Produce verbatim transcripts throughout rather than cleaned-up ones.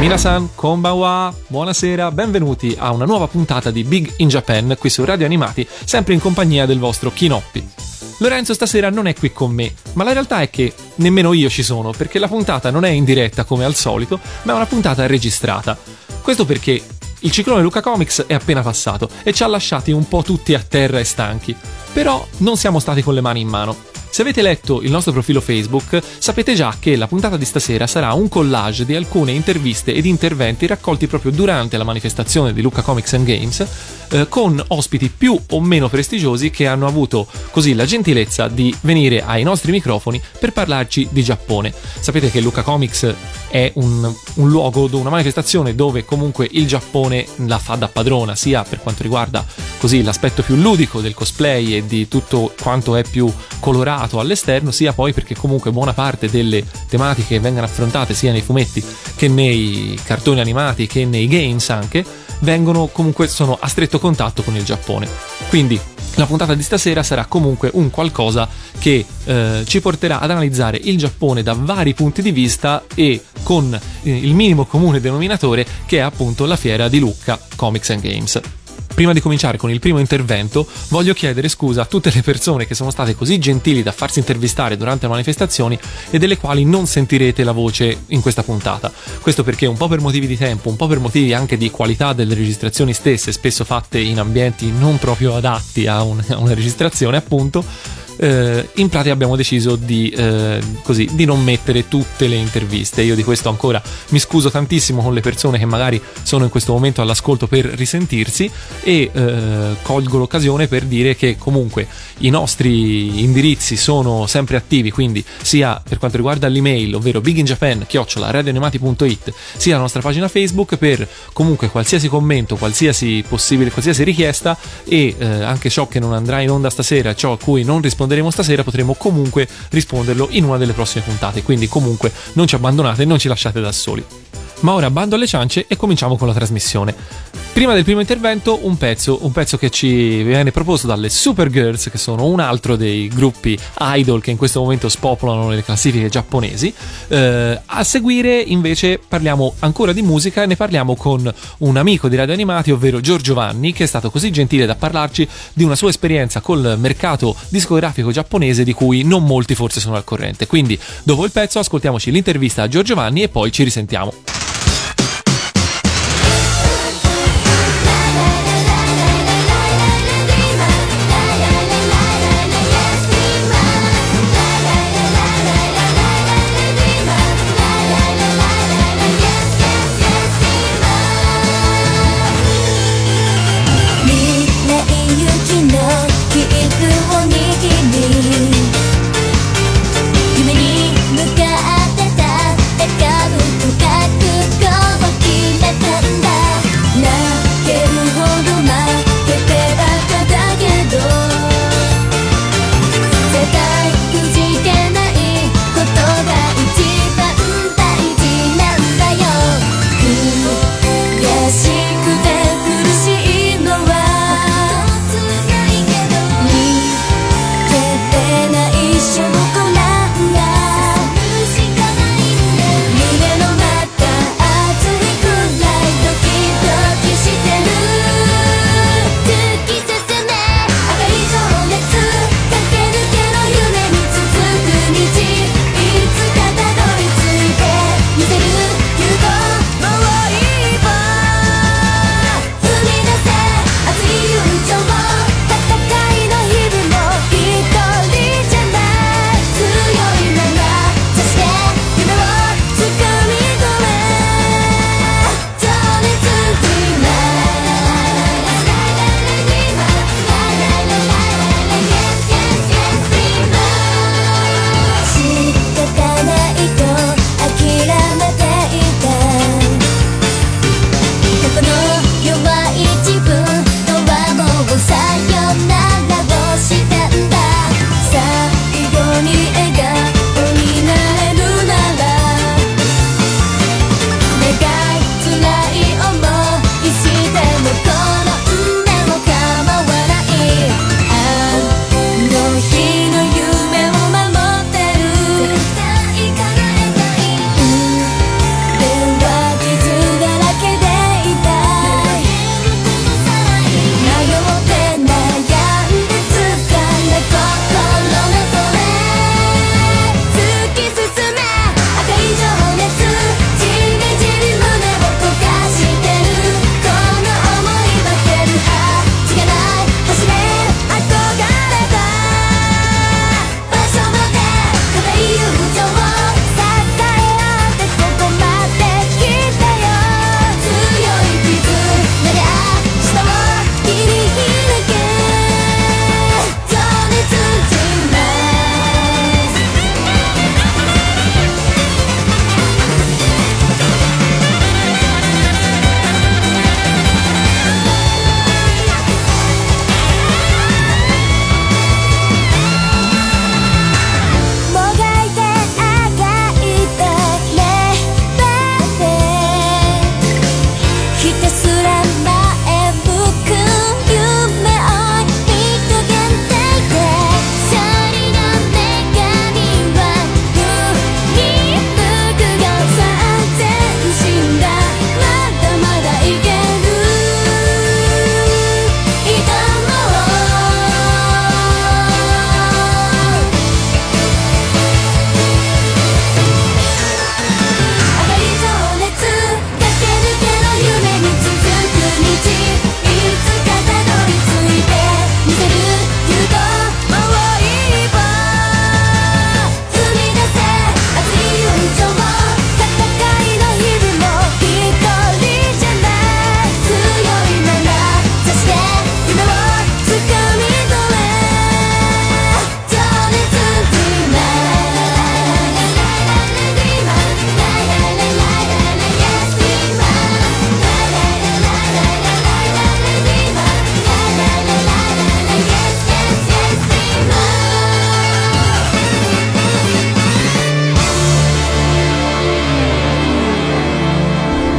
Minasan, konbanwa, buonasera, benvenuti a una nuova puntata di Big in Japan qui su Radio Animati, sempre in compagnia del vostro Kinoppi. Lorenzo stasera non è qui con me, ma la realtà è che nemmeno io ci sono, perché la puntata non è in diretta come al solito, ma è una puntata registrata. Questo perché il ciclone Lucca Comics è appena passato e ci ha lasciati un po' tutti a terra e stanchi, però non siamo stati con le mani in mano. Se avete letto il nostro profilo Facebook, sapete già che la puntata di stasera sarà un collage di alcune interviste ed interventi raccolti proprio durante la manifestazione di Lucca Comics and Games, eh, con ospiti più o meno prestigiosi che hanno avuto così la gentilezza di venire ai nostri microfoni per parlarci di Giappone. Sapete che Lucca Comics è un, un luogo, una manifestazione dove comunque il Giappone la fa da padrona, sia per quanto riguarda così l'aspetto più ludico del cosplay e di tutto quanto è più colorato all'esterno, sia poi perché comunque buona parte delle tematiche che vengono affrontate sia nei fumetti che nei cartoni animati che nei games anche vengono comunque sono a stretto contatto con il Giappone. Quindi la puntata di stasera sarà comunque un qualcosa che eh, ci porterà ad analizzare il Giappone da vari punti di vista e con eh, il minimo comune denominatore che è appunto la fiera di Lucca Comics and Games. Prima di cominciare con il primo intervento, voglio chiedere scusa a tutte le persone che sono state così gentili da farsi intervistare durante le manifestazioni e delle quali non sentirete la voce in questa puntata. Questo perché un po' per motivi di tempo, un po' per motivi anche di qualità delle registrazioni stesse, spesso fatte in ambienti non proprio adatti a, un, a una registrazione, appunto, Eh, in pratica abbiamo deciso di, eh, così, di non mettere tutte le interviste. Io di questo ancora mi scuso tantissimo con le persone che magari sono in questo momento all'ascolto per risentirsi e eh, colgo l'occasione per dire che comunque i nostri indirizzi sono sempre attivi, quindi sia per quanto riguarda l'email, ovvero biginjapan chiocciola radioanimati punto it, sia la nostra pagina Facebook per comunque qualsiasi commento, qualsiasi possibile, qualsiasi richiesta e eh, anche ciò che non andrà in onda stasera, ciò a cui non risponderemo stasera, potremo comunque risponderlo in una delle prossime puntate, quindi comunque non ci abbandonate e non ci lasciate da soli. Ma ora bando alle ciance e cominciamo con la trasmissione. Prima del primo intervento un pezzo, un pezzo che ci viene proposto dalle Supergirls, che sono un altro dei gruppi idol che in questo momento spopolano le classifiche giapponesi. Eh, a seguire invece parliamo ancora di musica e ne parliamo con un amico di Radio Animati, ovvero Giorgio Vanni, che è stato così gentile da parlarci di una sua esperienza col mercato discografico giapponese di cui non molti forse sono al corrente. Quindi dopo il pezzo ascoltiamoci l'intervista a Giorgio Vanni e poi ci risentiamo. 夢に向かってた笑顔とかく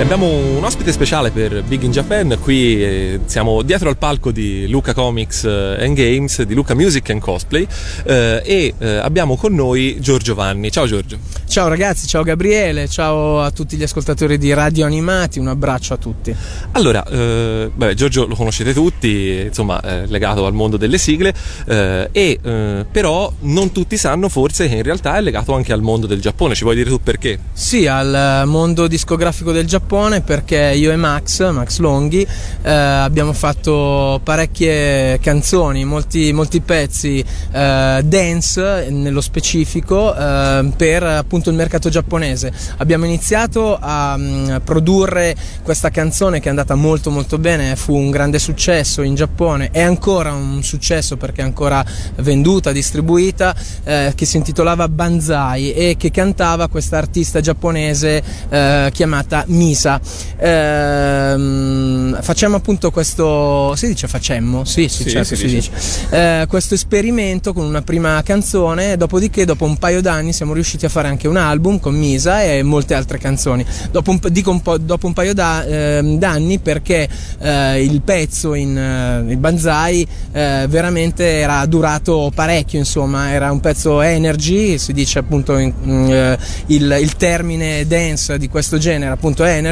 Abbiamo un ospite speciale per Big in Japan, qui eh, siamo dietro al palco di Luca Comics and Games, di Luca Music and Cosplay eh, e eh, abbiamo con noi Giorgio Vanni. Ciao Giorgio. Ciao ragazzi, ciao Gabriele, ciao a tutti gli ascoltatori di Radio Animati, un abbraccio a tutti. Allora, eh, beh, Giorgio lo conoscete tutti, insomma è legato al mondo delle sigle eh, e eh, però non tutti sanno forse che in realtà è legato anche al mondo del Giappone. Ci vuoi dire tu perché? Sì, al mondo discografico del Giappone, perché io e Max, Max Longhi, eh, abbiamo fatto parecchie canzoni, molti, molti pezzi eh, dance nello specifico eh, per appunto il mercato giapponese. Abbiamo iniziato a um, produrre questa canzone che è andata molto molto bene, fu un grande successo in Giappone, è ancora un successo perché è ancora venduta, distribuita, eh, che si intitolava Banzai e che cantava questa artista giapponese eh, chiamata Misa. Eh, facciamo appunto questo, si dice facemmo? Sì, sì, sì, certo, si si dice. dice. Eh, questo esperimento con una prima canzone, dopodiché dopo un paio d'anni siamo riusciti a fare anche un album con Misa e molte altre canzoni. Dopo un, dico un po', dopo un paio da, eh, d'anni perché eh, il pezzo in eh, il Banzai eh, veramente era durato parecchio, insomma era un pezzo energy, si dice appunto in, in, il, il termine dance di questo genere appunto energy,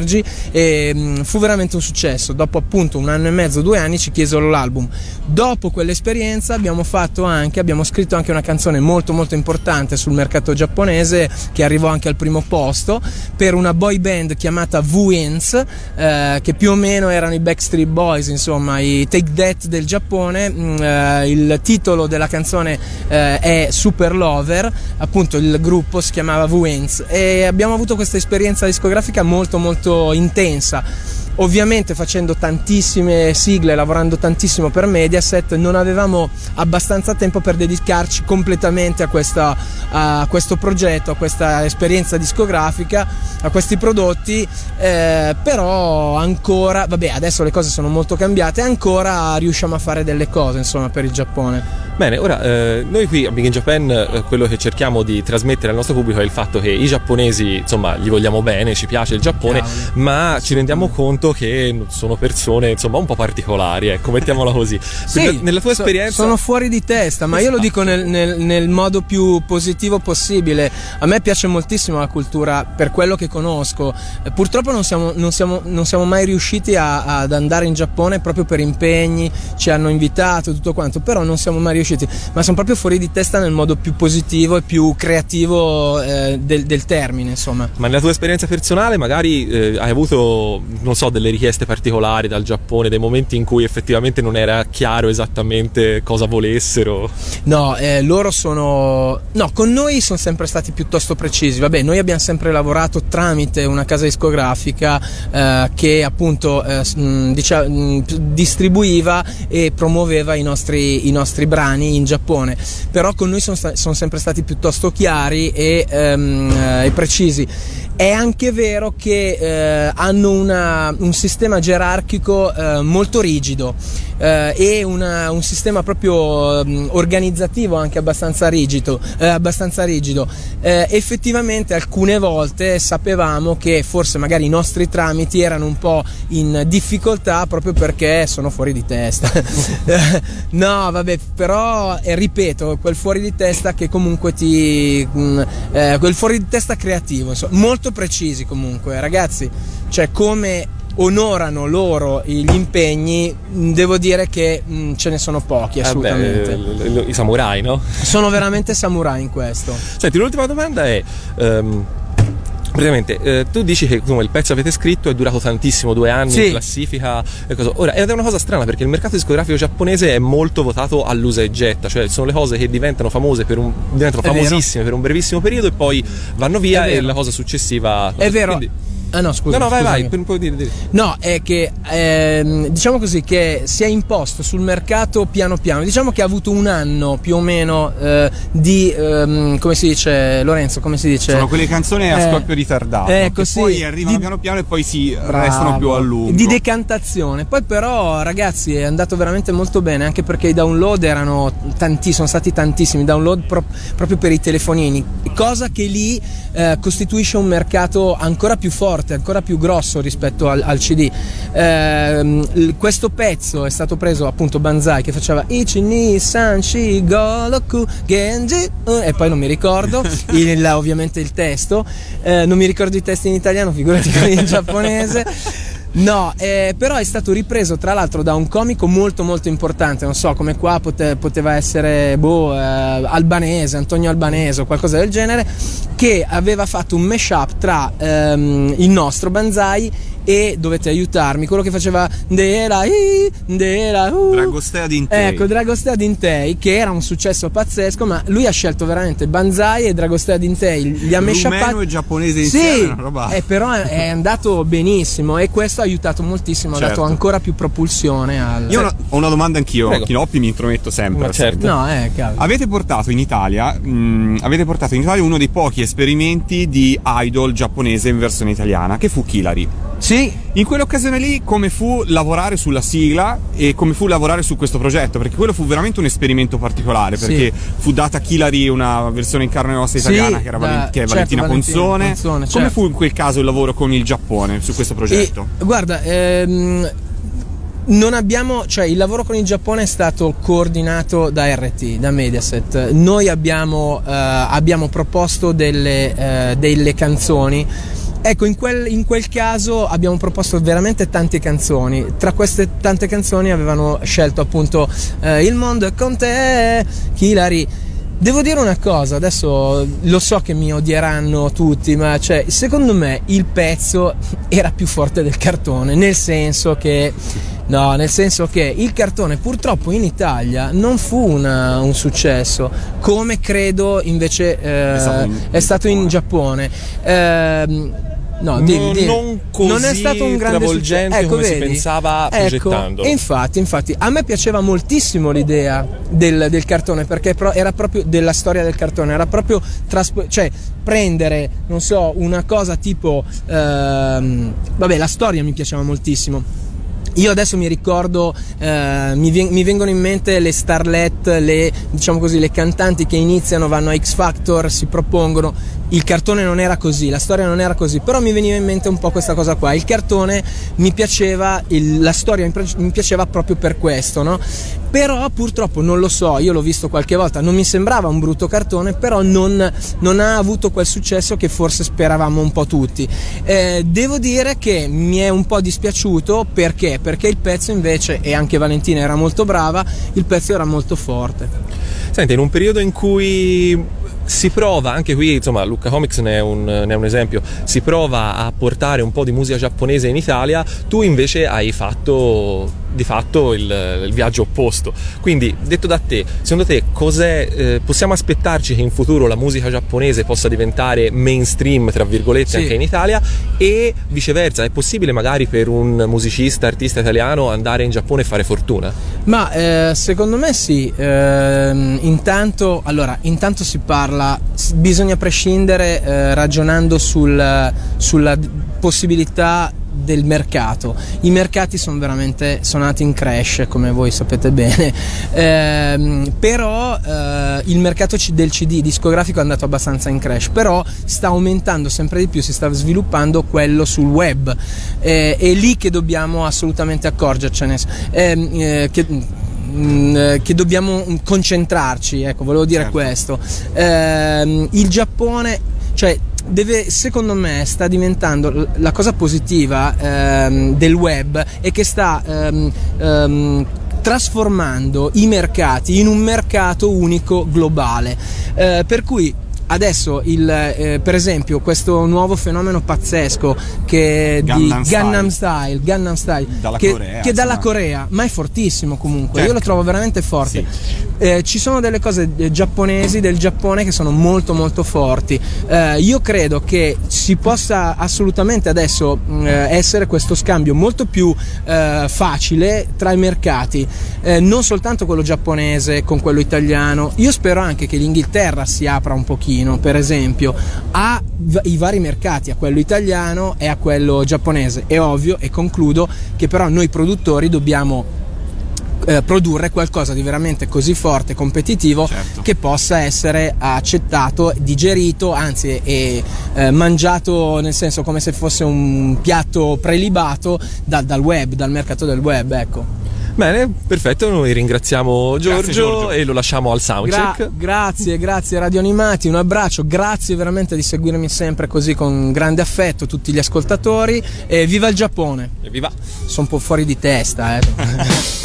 e mh, fu veramente un successo. Dopo appunto un anno e mezzo, due anni ci chiesero l'album. Dopo quell'esperienza abbiamo fatto anche abbiamo scritto anche una canzone molto molto importante sul mercato giapponese che arrivò anche al primo posto per una boy band chiamata V-Ins, eh, che più o meno erano i Backstreet Boys, insomma i Take That del Giappone. mh, eh, il titolo della canzone eh, è Super Lover, appunto il gruppo si chiamava V-Ins e abbiamo avuto questa esperienza discografica molto molto intensa, ovviamente facendo tantissime sigle, lavorando tantissimo per Mediaset. Non avevamo abbastanza tempo per dedicarci completamente a, questa, a questo progetto, a questa esperienza discografica, a questi prodotti, eh, però ancora, vabbè, adesso le cose sono molto cambiate, ancora riusciamo a fare delle cose insomma per il Giappone. Bene, ora eh, noi qui a Big in Japan eh, quello che cerchiamo di trasmettere al nostro pubblico è il fatto che i giapponesi, insomma, gli vogliamo bene, ci piace il Giappone, Cavolo. ma ci rendiamo conto che sono persone, insomma, un po' particolari, ecco, mettiamola così. Sì, nella tua so, esperienza sono fuori di testa, ma io lo dico nel, nel, nel modo più positivo possibile. A me piace moltissimo la cultura per quello che conosco. Eh, purtroppo non siamo, non siamo, non siamo mai riusciti a, ad andare in Giappone proprio per impegni, ci hanno invitato tutto quanto, però non siamo mai riusciti. Ma sono proprio fuori di testa nel modo più positivo e più creativo eh, del, del termine, insomma. Ma nella tua esperienza personale magari eh, hai avuto, non so, delle richieste particolari dal Giappone, dei momenti in cui effettivamente non era chiaro esattamente cosa volessero? No, eh, loro sono no, con noi sono sempre stati piuttosto precisi. Vabbè, noi abbiamo sempre lavorato tramite una casa discografica eh, che appunto eh, diciamo, distribuiva e promuoveva i nostri, i nostri brani in Giappone, però con noi sono, sta- sono sempre stati piuttosto chiari e, um, uh, e precisi. È anche vero che uh, hanno una, un sistema gerarchico uh, molto rigido uh, e una, un sistema proprio um, organizzativo anche abbastanza rigido, uh, abbastanza rigido. Uh, effettivamente alcune volte sapevamo che forse magari i nostri tramiti erano un po' in difficoltà proprio perché sono fuori di testa. No, vabbè, però eh, ripeto, quel fuori di testa che comunque ti mh, eh, quel fuori di testa creativo, insomma, molto precisi comunque, ragazzi, cioè come onorano loro gli impegni, devo dire che mh, ce ne sono pochi, assolutamente. Eh beh, i samurai, no? Sono veramente samurai in questo. Senti, l'ultima domanda è um... praticamente eh, tu dici che insomma, il pezzo che avete scritto è durato tantissimo, due anni sì. in classifica e cosa. Ora ed è una cosa strana perché il mercato discografico giapponese è molto votato all'usa e getta, cioè sono le cose che diventano famose per un diventano è famosissime vero. per un brevissimo periodo e poi vanno via e la cosa successiva è vero. Quindi... Ah no, scusa. No, no, vai, scusami. vai, per un po' di dire. No, è che ehm, diciamo così che si è imposto sul mercato piano piano. Diciamo che ha avuto un anno più o meno eh, di ehm, come si dice, Lorenzo, come si dice? Sono quelle canzoni a eh, scoppio ritardato. Ecco, che sì, poi arrivano di... piano piano e poi si Bravo. restano più a lungo. Di decantazione. Poi però, ragazzi, è andato veramente molto bene, anche perché i download erano tanti, sono stati tantissimi download pro- proprio per i telefonini, cosa che lì eh, costituisce un mercato ancora più forte forte, ancora più grosso rispetto al, al C D. Eh, questo pezzo è stato preso appunto Banzai, che faceva Ichi ni san shi Goku Genji, e poi non mi ricordo il, ovviamente il testo, eh, non mi ricordo i testi in italiano, figurati quelli in giapponese. No, eh, però è stato ripreso tra l'altro da un comico molto molto importante, non so, come qua pote, poteva essere boh, eh, albanese, Antonio Albanese o qualcosa del genere, che aveva fatto un mashup tra ehm, il nostro Banzai e, dovete aiutarmi, quello che faceva Ndera i Ndera uh. Dragostea Dintei. Ecco, Dragostea Dintei, che era un successo pazzesco, ma lui ha scelto veramente Banzai e Dragostea Dintei, li ha mashuppati. Rumeno e giapponese sì, insieme, una roba. Eh, però è, è andato benissimo e questo ha aiutato moltissimo, certo. Ha dato ancora più propulsione al... Io ho una, ho una domanda anch'io, Prego. Chinoppi, mi intrometto sempre. Ma certo. No, eh, cavolo. Avete portato in Italia mh, avete portato in Italia uno dei pochi esperimenti di idol giapponese in versione italiana, che fu Killary. Sì. In quell'occasione lì, come fu lavorare sulla sigla e come fu lavorare su questo progetto? Perché quello fu veramente un esperimento particolare, perché sì. fu data a Killary una versione in carne e ossa italiana, sì, che, era da, Valen- che è certo, Valentina, Valentina Ponzone. Ponzone, Come certo. fu in quel caso il lavoro con il Giappone su questo progetto? E, guarda, ehm, non abbiamo, cioè il lavoro con il Giappone è stato coordinato da R T, da Mediaset. Noi abbiamo, eh, abbiamo proposto delle, eh, delle canzoni. Ecco, in quel, in quel caso abbiamo proposto veramente tante canzoni. Tra queste tante canzoni avevano scelto appunto eh, Il mondo è con te, Killary. Devo dire una cosa, adesso lo so che mi odieranno tutti, ma cioè, secondo me il pezzo era più forte del cartone, nel senso che no, nel senso che il cartone purtroppo in Italia non fu una, un successo, come credo invece eh, è stato in, è stato in Giappone. Eh, No, non, dimmi, dimmi. non così non è stato un grande travolgente successo, ecco, come vedi? si pensava ecco, progettando. Infatti, infatti, a me piaceva moltissimo l'idea del, del cartone, perché pro, era proprio della storia del cartone, era proprio traspo- cioè prendere, non so, una cosa tipo ehm, vabbè, la storia mi piaceva moltissimo. Io adesso mi ricordo, eh, mi, vien- mi vengono in mente le starlet, le, diciamo così, le cantanti che iniziano, vanno a X Factor, si propongono. Il cartone non era così, la storia non era così, però mi veniva in mente un po' questa cosa qua. Il cartone mi piaceva, il, la storia mi, mi piaceva proprio per questo, no? Però purtroppo non lo so, io l'ho visto qualche volta, non mi sembrava un brutto cartone, però non, non ha avuto quel successo che forse speravamo un po' tutti. Eh, devo dire che mi è un po' dispiaciuto, perché? Perché il pezzo invece, e anche Valentina era molto brava, il pezzo era molto forte. Senti, in un periodo in cui si prova, anche qui insomma Lucca Comics ne è, un, ne è un esempio, si prova a portare un po' di musica giapponese in Italia, tu invece hai fatto di fatto il, il viaggio opposto. Quindi, detto da te, secondo te cos'è, eh, possiamo aspettarci che in futuro la musica giapponese possa diventare mainstream, tra virgolette, sì, anche in Italia, e viceversa? È possibile magari per un musicista, artista italiano andare in Giappone e fare fortuna? Ma eh, secondo me sì. eh, intanto allora intanto si parla, bisogna prescindere eh, ragionando sul, sulla possibilità del mercato. I mercati sono veramente sono andati in crash, come voi sapete bene, eh, però eh, il mercato del C D discografico è andato abbastanza in crash, però sta aumentando sempre di più, si sta sviluppando quello sul web, eh, è lì che dobbiamo assolutamente accorgercene, eh, eh, che che dobbiamo concentrarci, ecco, volevo dire certo. questo. Eh, il Giappone, cioè, deve, secondo me, sta diventando la cosa positiva ehm, del web, è che sta ehm, ehm, trasformando i mercati in un mercato unico globale, eh, per cui adesso il, eh, per esempio questo nuovo fenomeno pazzesco che Gangnam di Style. Gangnam Style, Gangnam Style dalla che, Corea, che dalla insomma. Corea, ma è fortissimo comunque, certo. io lo trovo veramente forte. Sì. Eh, ci sono delle cose eh, giapponesi del Giappone che sono molto molto forti. Eh, io credo che si possa assolutamente adesso mh, essere questo scambio molto più eh, facile tra i mercati, eh, non soltanto quello giapponese con quello italiano. Io spero anche che l'Inghilterra si apra un pochino, per esempio, a v- i vari mercati, a quello italiano e a quello giapponese. È ovvio, e concludo, che però noi produttori dobbiamo eh, produrre qualcosa di veramente così forte, competitivo, certo, che possa essere accettato, digerito, anzi e eh, mangiato, nel senso come se fosse un piatto prelibato da, dal web, dal mercato del web, ecco. Bene, perfetto, noi ringraziamo Giorgio, Grazie, Giorgio. e lo lasciamo al soundcheck. Gra- grazie, grazie Radio Animati, un abbraccio, grazie veramente di seguirmi sempre così con grande affetto, tutti gli ascoltatori, e viva il Giappone! Evviva! Sono un po' fuori di testa, eh.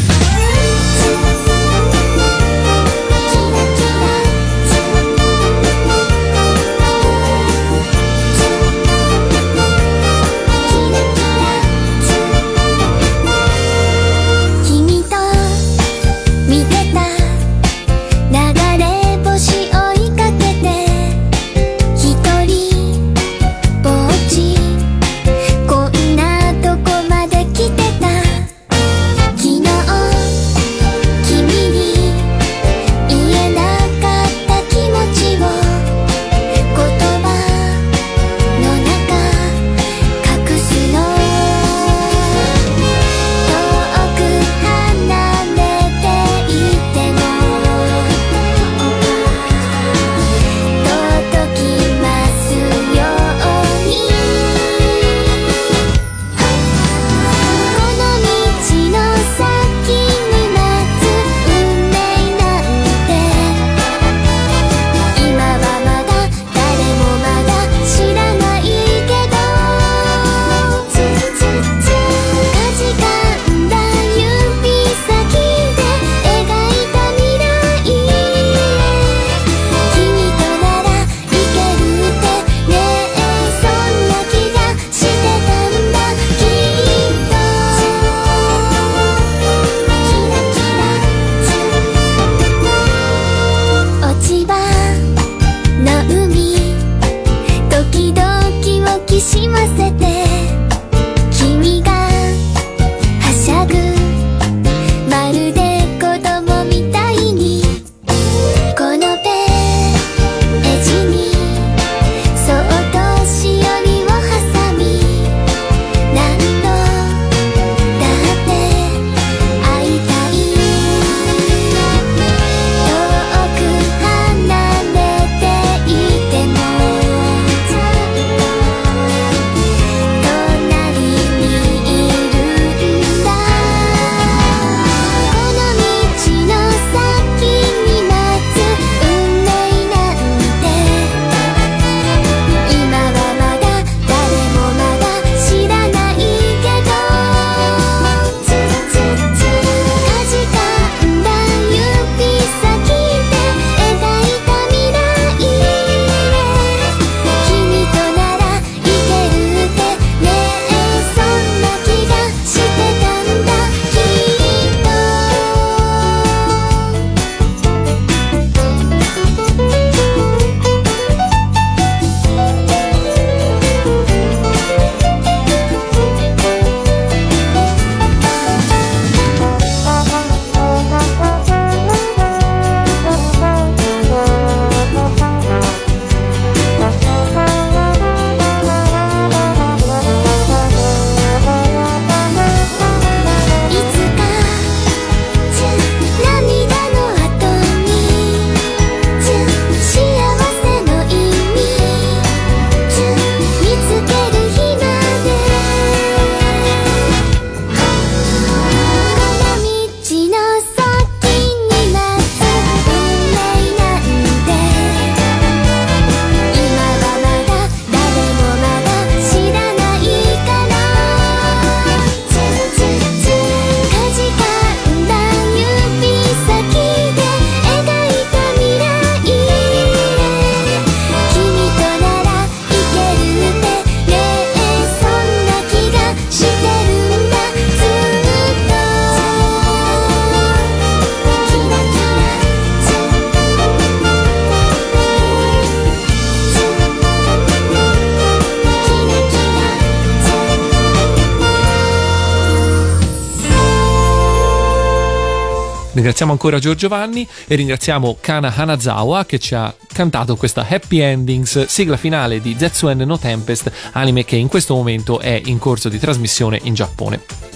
Ringraziamo ancora Giorgio Vanni e ringraziamo Kana Hanazawa che ci ha cantato questa Happy Endings, sigla finale di Zetsuen no Tempest, anime che in questo momento è in corso di trasmissione in Giappone.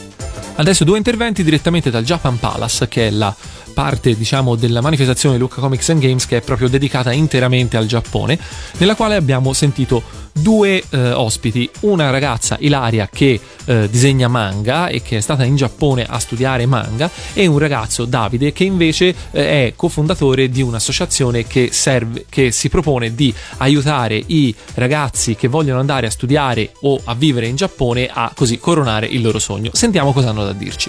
Adesso due interventi direttamente dal Japan Palace, che è la parte, diciamo, della manifestazione Lucca Comics and Games che è proprio dedicata interamente al Giappone, nella quale abbiamo sentito due eh, ospiti, una ragazza Ilaria che eh, disegna manga e che è stata in Giappone a studiare manga, e un ragazzo Davide che invece eh, è cofondatore di un'associazione che serve, che si propone di aiutare i ragazzi che vogliono andare a studiare o a vivere in Giappone a così coronare il loro sogno. Sentiamo cosa hanno da dirci.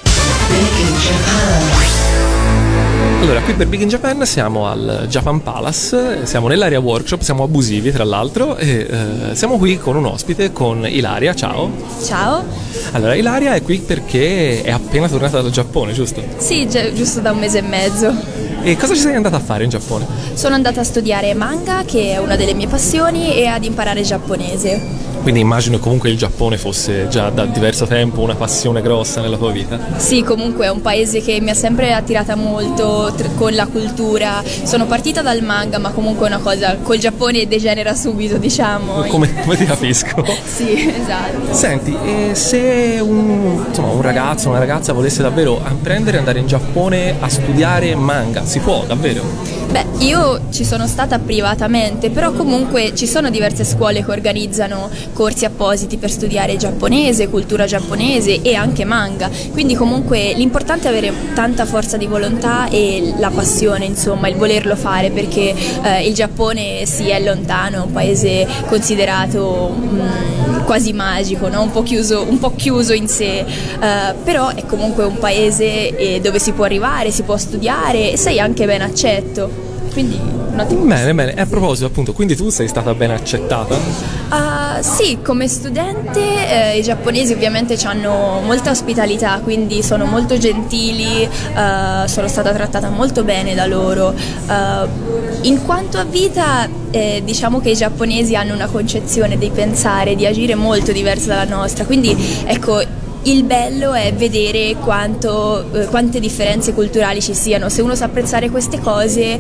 Allora, qui per Big in Japan siamo al Japan Palace, siamo nell'area workshop, siamo abusivi tra l'altro, e eh, siamo qui con un ospite, con Ilaria. Ciao. Ciao. Allora, Ilaria è qui perché è appena tornata dal Giappone, giusto? Sì, gi- giusto da un mese e mezzo. E cosa ci sei andata a fare in Giappone? Sono andata a studiare manga, che è una delle mie passioni, e ad imparare giapponese. Quindi immagino comunque il Giappone fosse già da diverso tempo una passione grossa nella tua vita. Sì, comunque è un paese che mi ha sempre attirata molto tr- con la cultura. Sono partita dal manga, ma comunque è una cosa col Giappone degenera subito, diciamo. Come, come ti capisco? Sì, esatto. Senti, e se un, insomma, un ragazzo, una ragazza volesse davvero apprendere ad andare in Giappone a studiare manga, si può davvero? Beh, io ci sono stata privatamente, però comunque ci sono diverse scuole che organizzano corsi appositi per studiare giapponese, cultura giapponese e anche manga, quindi comunque l'importante è avere tanta forza di volontà e la passione, insomma, il volerlo fare, perché eh, il Giappone sì, è lontano, è un paese considerato mh, quasi magico, no? un po' chiuso, un po' chiuso in sé, eh, però è comunque un paese eh, dove si può arrivare, si può studiare e sei anche ben accetto. Quindi un ottimo. Bene, bene. E a proposito, appunto, quindi tu sei stata ben accettata? Uh, sì, come studente eh, i giapponesi ovviamente hanno molta ospitalità, quindi sono molto gentili, uh, sono stata trattata molto bene da loro. Uh, in quanto a vita, eh, diciamo che i giapponesi hanno una concezione di pensare, di agire molto diversa dalla nostra, quindi ecco, il bello è vedere quanto, eh, quante differenze culturali ci siano. Se uno sa apprezzare queste cose, eh,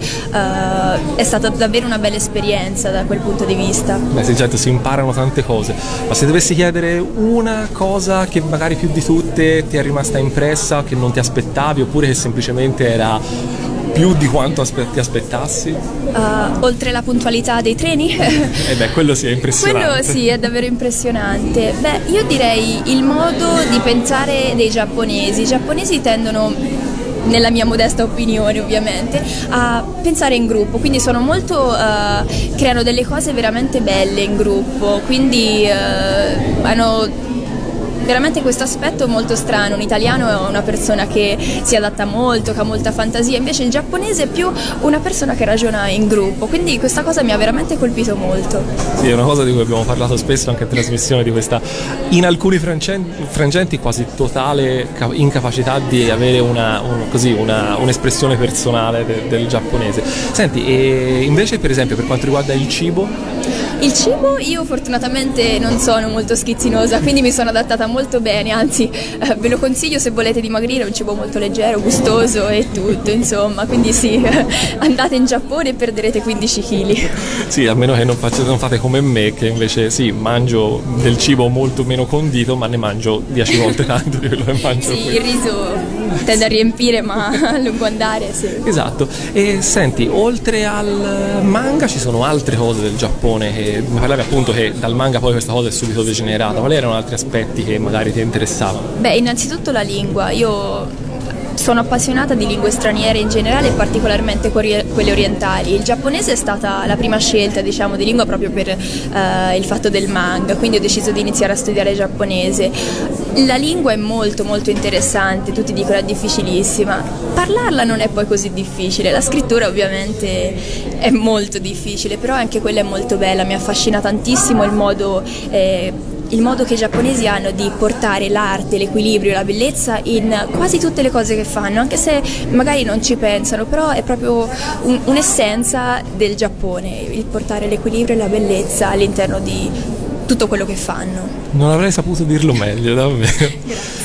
è stata davvero una bella esperienza da quel punto di vista. Beh sì, certo, si imparano tante cose, ma se dovessi chiedere una cosa che magari più di tutte ti è rimasta impressa, che non ti aspettavi, oppure che semplicemente era più di quanto aspe- ti aspettassi? Uh, oltre la puntualità dei treni? Eh beh, quello sì, è impressionante. Quello sì, è davvero impressionante. Beh, io direi il modo di pensare dei giapponesi. I giapponesi tendono, nella mia modesta opinione ovviamente, a pensare in gruppo, quindi sono molto uh, creano delle cose veramente belle in gruppo, quindi uh, hanno veramente questo aspetto molto strano. Un italiano è una persona che si adatta molto, che ha molta fantasia, invece il giapponese è più una persona che ragiona in gruppo, quindi questa cosa mi ha veramente colpito molto. Sì, è una cosa di cui abbiamo parlato spesso anche in trasmissione, di questa in alcuni frangenti quasi totale incapacità di avere una, un, così, una, un'espressione personale de, del giapponese. Senti, e invece per esempio per quanto riguarda il cibo? Il cibo, io fortunatamente non sono molto schizzinosa, quindi mi sono adattata molto bene, anzi eh, ve lo consiglio se volete dimagrire, è un cibo molto leggero, gustoso e tutto, insomma, quindi sì, andate in Giappone e perderete quindici chili. Sì, a meno che non, faccio, non fate come me, che invece sì, mangio del cibo molto meno condito, ma ne mangio dieci volte tanto di quello che mangio sì, qui. Il riso tende a riempire, ma a lungo andare, sì. Esatto. E senti, oltre al manga ci sono altre cose del Giappone che mi parlavi appunto che dal manga poi questa cosa è subito degenerata. Quali erano altri aspetti che magari ti interessavano? Beh, innanzitutto la lingua. Io sono appassionata di lingue straniere in generale e particolarmente quelle orientali. Il giapponese è stata la prima scelta, diciamo, di lingua proprio per uh, il fatto del manga, quindi ho deciso di iniziare a studiare giapponese. La lingua è molto molto interessante, tutti dicono è difficilissima. Parlarla non è poi così difficile, la scrittura ovviamente è molto difficile, però anche quella è molto bella, mi affascina tantissimo il modo eh, il modo che i giapponesi hanno di portare l'arte, l'equilibrio, la bellezza in quasi tutte le cose che fanno, anche se magari non ci pensano, però è proprio un, un'essenza del Giappone, il portare l'equilibrio e la bellezza all'interno di tutto quello che fanno. Non avrei saputo dirlo meglio, davvero. Grazie.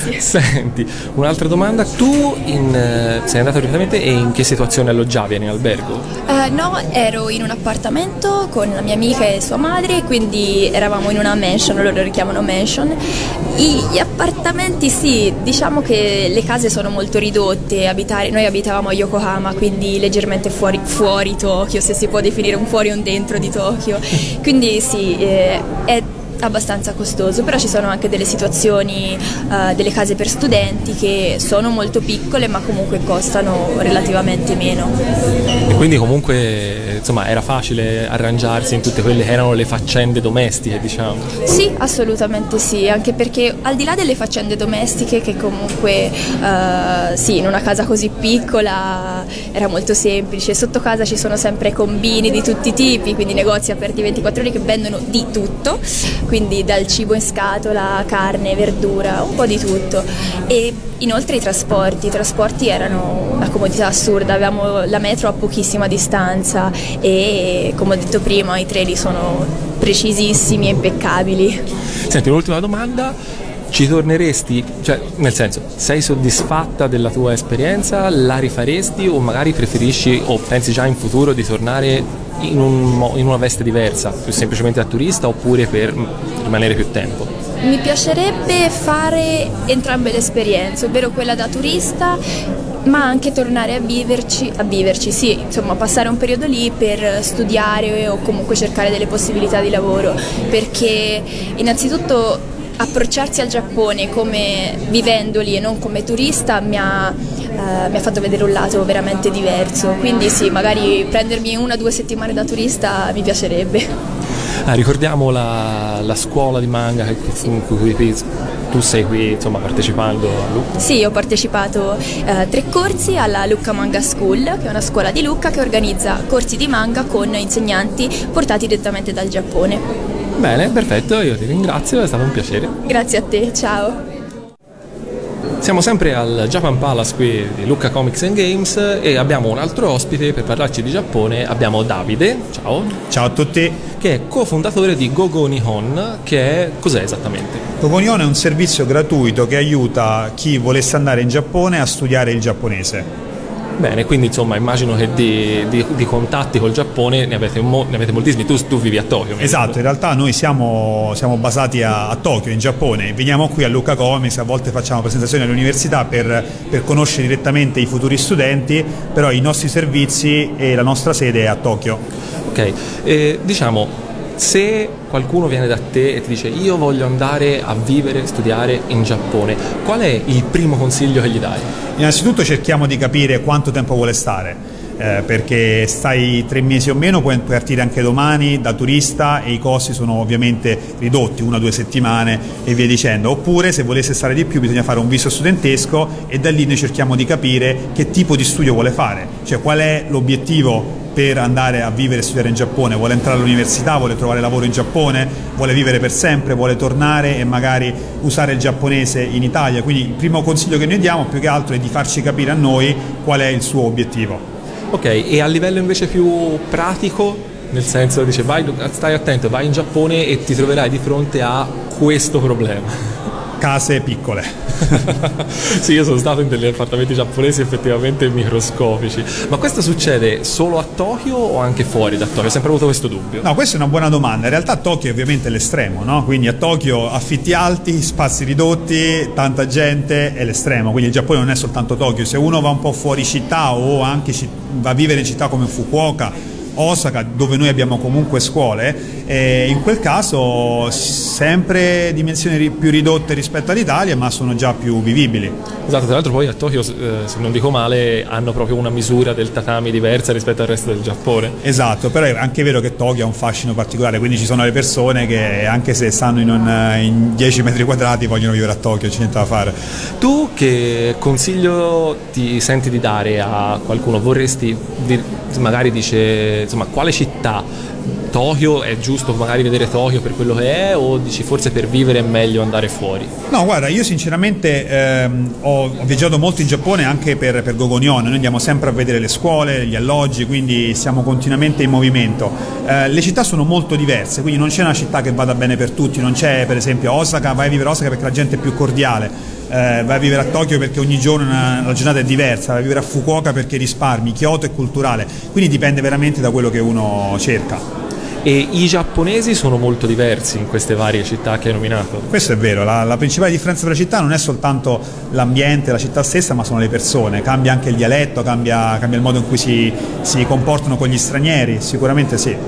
Grazie. Senti, un'altra domanda, tu in, eh, sei andato direttamente e in che situazione alloggiavi? Eri in albergo? Uh, no, ero in un appartamento con la mia amica e sua madre, quindi eravamo in una mansion, loro lo chiamano mansion. Gli appartamenti sì, diciamo che le case sono molto ridotte, abitare, noi abitavamo a Yokohama, quindi leggermente fuori, fuori Tokyo, se si può definire un fuori o un dentro di Tokyo, quindi sì, eh, è abbastanza costoso, però ci sono anche delle situazioni, uh, delle case per studenti che sono molto piccole ma comunque costano relativamente meno. E quindi comunque insomma era facile arrangiarsi in tutte quelle che erano le faccende domestiche, diciamo? Sì, assolutamente sì, anche perché al di là delle faccende domestiche che comunque uh, sì, in una casa così piccola era molto semplice, sotto casa ci sono sempre combini di tutti i tipi, quindi negozi aperti ventiquattro ore che vendono di tutto, quindi dal cibo in scatola, carne, verdura, un po' di tutto. E inoltre i trasporti, i trasporti erano una comodità assurda, avevamo la metro a pochissima distanza e come ho detto prima i treni sono precisissimi e impeccabili. Senti, un'ultima domanda, ci torneresti? Cioè, nel senso, sei soddisfatta della tua esperienza? La rifaresti o magari preferisci o pensi già in futuro di tornare in, un, in una veste diversa, più semplicemente da turista oppure per rimanere più tempo? Mi piacerebbe fare entrambe le esperienze, ovvero quella da turista ma anche tornare a viverci, a viverci, sì, insomma passare un periodo lì per studiare o comunque cercare delle possibilità di lavoro, perché innanzitutto approcciarsi al Giappone come vivendoli e non come turista mi ha, eh, mi ha fatto vedere un lato veramente diverso, quindi sì, magari prendermi una o due settimane da turista mi piacerebbe. Ah, ricordiamo la, la scuola di manga in cui, cui tu sei qui insomma partecipando a Lucca? Sì, ho partecipato eh, tre corsi alla Lucca Manga School, che è una scuola di Lucca che organizza corsi di manga con insegnanti portati direttamente dal Giappone. Bene, perfetto, io ti ringrazio, è stato un piacere. Grazie a te, ciao. Siamo sempre al Japan Palace qui di Lucca Comics and Games e abbiamo un altro ospite per parlarci di Giappone, abbiamo Davide, ciao. Ciao a tutti. Che è cofondatore di Gogo Nihon, che è, cos'è esattamente? Gogo Nihon è un servizio gratuito che aiuta chi volesse andare in Giappone a studiare il giapponese. Bene, quindi insomma immagino che di, di, di contatti col Giappone ne avete, mo, ne avete moltissimi, tu, tu vivi a Tokyo. Esatto, in realtà noi siamo, siamo basati a, a Tokyo, in Giappone, veniamo qui a Lucca Comics, a volte facciamo presentazioni all'università per, per conoscere direttamente i futuri studenti, però i nostri servizi e la nostra sede è a Tokyo. Ok, eh, diciamo, se qualcuno viene da te e ti dice io voglio andare a vivere, studiare in Giappone, qual è il primo consiglio che gli dai? Innanzitutto cerchiamo di capire quanto tempo vuole stare, eh, perché stai tre mesi o meno, puoi partire anche domani da turista e i costi sono ovviamente ridotti, una o due settimane e via dicendo, oppure se volesse stare di più bisogna fare un viso studentesco e da lì noi cerchiamo di capire che tipo di studio vuole fare, cioè qual è l'obiettivo per andare a vivere e studiare in Giappone, vuole entrare all'università, vuole trovare lavoro in Giappone, vuole vivere per sempre, vuole tornare e magari usare il giapponese in Italia, quindi il primo consiglio che noi diamo più che altro è di farci capire a noi qual è il suo obiettivo. Ok, e a livello invece più pratico, nel senso dice vai, stai attento, vai in Giappone e ti troverai di fronte a questo problema. Case piccole. Sì, io sono stato in degli appartamenti giapponesi effettivamente microscopici. Ma questo succede solo a Tokyo o anche fuori da Tokyo? Ho sempre avuto questo dubbio. No, questa è una buona domanda. In realtà Tokyo è ovviamente l'estremo, no? Quindi a Tokyo affitti alti, spazi ridotti, tanta gente è l'estremo. Quindi il Giappone non è soltanto Tokyo. Se uno va un po' fuori città o anche va a vivere in città come Fukuoka, Osaka, dove noi abbiamo comunque scuole, e in quel caso sempre dimensioni più ridotte rispetto all'Italia, ma sono già più vivibili. Esatto, tra l'altro poi a Tokyo, eh, se non dico male, hanno proprio una misura del tatami diversa rispetto al resto del Giappone. Esatto, però è anche vero che Tokyo ha un fascino particolare, quindi ci sono le persone che anche se stanno in, un, in dieci metri quadrati vogliono vivere a Tokyo, c'è niente da fare. Tu che consiglio ti senti di dare a qualcuno? Vorresti, magari dice, insomma, quale città Tokyo è giusto magari vedere Tokyo per quello che è, o dici forse per vivere è meglio andare fuori? No, guarda, io sinceramente ehm, ho, ho viaggiato molto in Giappone anche per, per Gogonion. Noi andiamo sempre a vedere le scuole, gli alloggi, quindi siamo continuamente in movimento. Eh, le città sono molto diverse, quindi non c'è una città che vada bene per tutti, non c'è per esempio Osaka, vai a vivere a Osaka perché la gente è più cordiale. Eh, vai a vivere a Tokyo perché ogni giorno una, la giornata è diversa, vai a vivere a Fukuoka perché risparmi, Kyoto è culturale, quindi dipende veramente da quello che uno cerca. E i giapponesi sono molto diversi in queste varie città che hai nominato? Questo è vero, la, la principale differenza tra le città non è soltanto l'ambiente, la città stessa, ma sono le persone, cambia anche il dialetto, cambia, cambia il modo in cui si, si comportano con gli stranieri, sicuramente sì.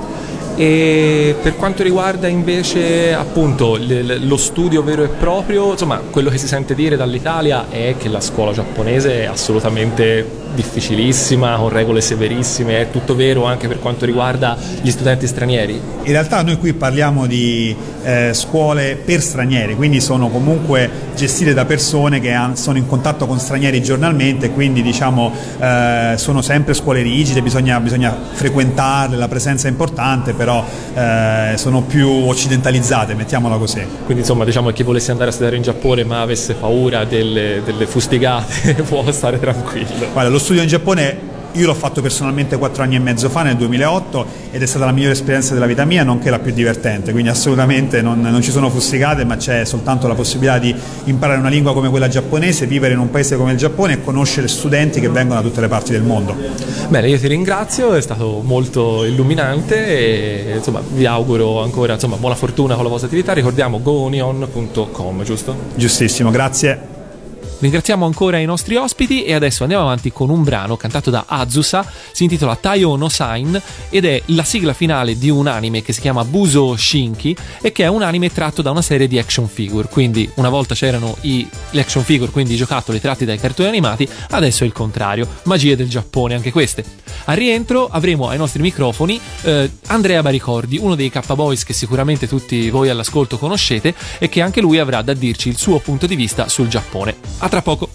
E per quanto riguarda invece appunto l- lo studio vero e proprio, insomma, quello che si sente dire dall'Italia è che la scuola giapponese è assolutamente difficilissima, con regole severissime. È tutto vero anche per quanto riguarda gli studenti stranieri? In realtà noi qui parliamo di eh, scuole per stranieri, quindi sono comunque gestite da persone che han, sono in contatto con stranieri giornalmente, quindi diciamo eh, sono sempre scuole rigide, bisogna, bisogna frequentarle, la presenza è importante, però eh, sono più occidentalizzate, mettiamola così. Quindi insomma diciamo che chi volesse andare a studiare in Giappone ma avesse paura delle, delle fustigate può stare tranquillo. Guarda, lo studio in Giappone io l'ho fatto personalmente quattro anni e mezzo fa, nel duemilaotto, ed è stata la migliore esperienza della vita mia, nonché la più divertente, quindi assolutamente non, non ci sono fustigate, ma c'è soltanto la possibilità di imparare una lingua come quella giapponese, vivere in un paese come il Giappone e conoscere studenti che vengono da tutte le parti del mondo. Bene, io ti ringrazio, è stato molto illuminante e insomma vi auguro ancora insomma buona fortuna con la vostra attività. Ricordiamo gogonion punto com, giusto? Giustissimo, grazie. Ringraziamo ancora i nostri ospiti e adesso andiamo avanti con un brano cantato da Azusa, si intitola Taiyo no Sign ed è la sigla finale di un anime che si chiama Buso Shinki e che è un anime tratto da una serie di action figure. Quindi una volta c'erano i, le action figure, quindi i giocattoli tratti dai cartoni animati, adesso è il contrario, magie del Giappone anche queste. Al rientro avremo ai nostri microfoni eh, Andrea Baricordi, uno dei K-Boys che sicuramente tutti voi all'ascolto conoscete e che anche lui avrà da dirci il suo punto di vista sul Giappone. A tra poco.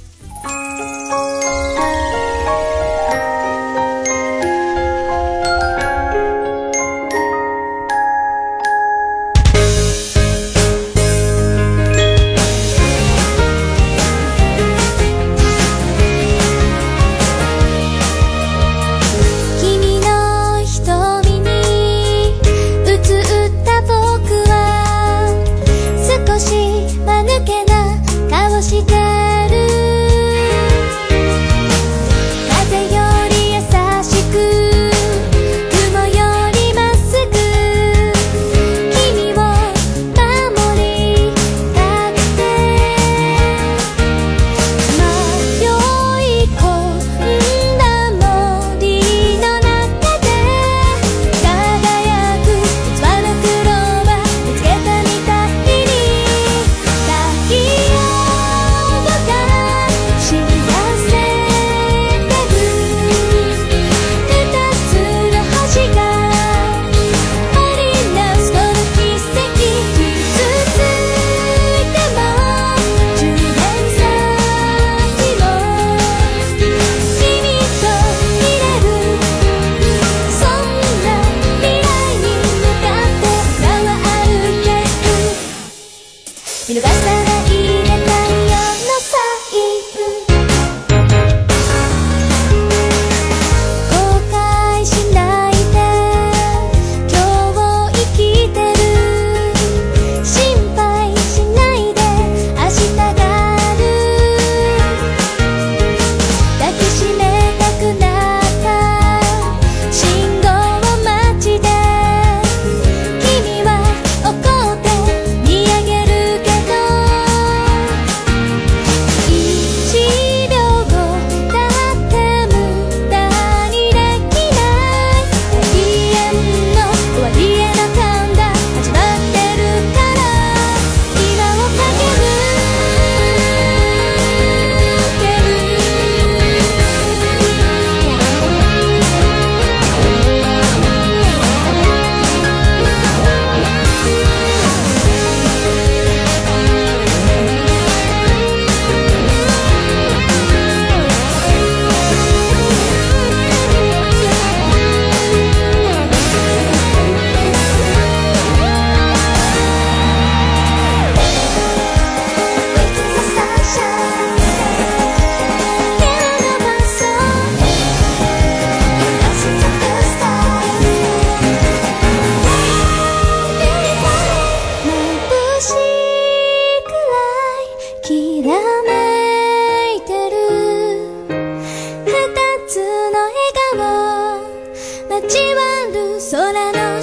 してる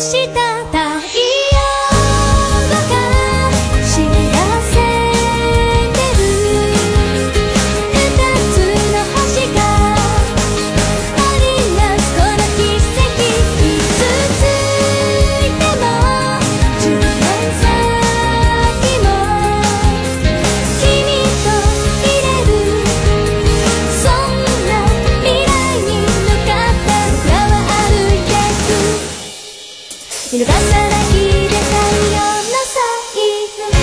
した太陽が知らせてる二つの星が織りなすこの奇跡いつついてもじゅうねん先も君といれるそんな未来に向かって僕らは歩いてく見逃さないで太陽のサイン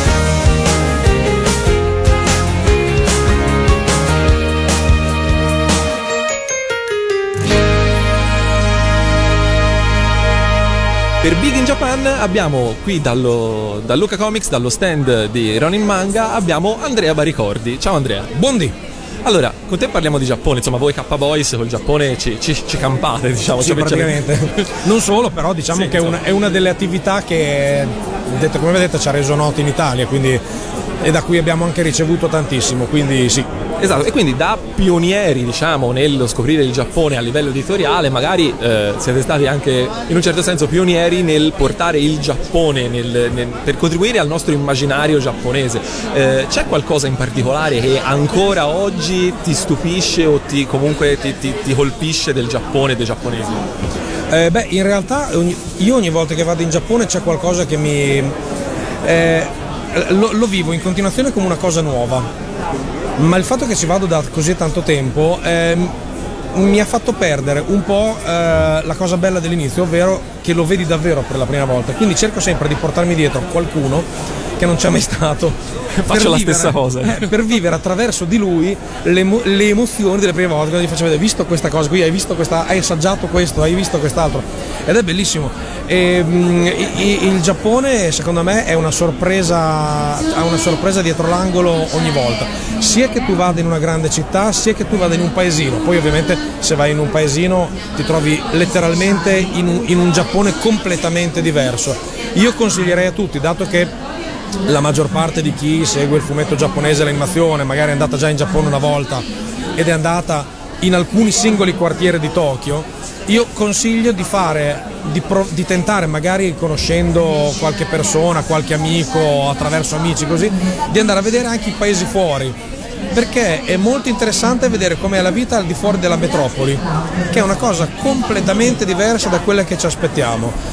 Per Big in Japan abbiamo qui dallo, da Luca Comics, dallo stand di Ronin Manga, abbiamo Andrea Baricordi. Ciao Andrea. Bondi. Allora, con te parliamo di Giappone, insomma voi K-Boys col Giappone ci, ci, ci campate, diciamo. Sì, cioè, praticamente. Non solo, però diciamo sì, che è una, è una delle attività che, detto, come vedete, ci ha reso noti in Italia, quindi, e da cui abbiamo anche ricevuto tantissimo, quindi sì. Esatto, e quindi da pionieri, diciamo, nello scoprire il Giappone a livello editoriale, magari eh, siete stati anche in un certo senso pionieri nel portare il Giappone, nel, nel, per contribuire al nostro immaginario giapponese. Eh, c'è qualcosa in particolare che ancora oggi ti stupisce o ti, comunque ti, ti, ti colpisce del Giappone e dei giapponesi? Eh, beh, in realtà ogni, io ogni volta che vado in Giappone c'è qualcosa che mi... Eh, lo, lo vivo in continuazione come una cosa nuova. Ma il fatto che ci vado da così tanto tempo eh, mi ha fatto perdere un po' eh, la cosa bella dell'inizio, ovvero che lo vedi davvero per la prima volta. Quindi cerco sempre di portarmi dietro qualcuno che non c'è mai stato. Faccio la vivere, stessa cosa. Eh, per vivere attraverso di lui le, le emozioni delle prime volte, quando gli faccio vedere, hai visto questa cosa qui, hai visto questa, hai assaggiato questo, hai visto quest'altro. Ed è bellissimo. E, mh, il Giappone secondo me è una sorpresa, ha una sorpresa dietro l'angolo ogni volta, sia che tu vada in una grande città sia che tu vada in un paesino. Poi ovviamente se vai in un paesino ti trovi letteralmente in un, in un Giappone completamente diverso. Io consiglierei a tutti, dato che la maggior parte di chi segue il fumetto giapponese e l'animazione magari è andata già in Giappone una volta ed è andata in alcuni singoli quartieri di Tokyo, io consiglio di fare, di, pro, di tentare, magari conoscendo qualche persona, qualche amico, attraverso amici così, di andare a vedere anche i paesi fuori, perché è molto interessante vedere com'è la vita al di fuori della metropoli, che è una cosa completamente diversa da quella che ci aspettiamo.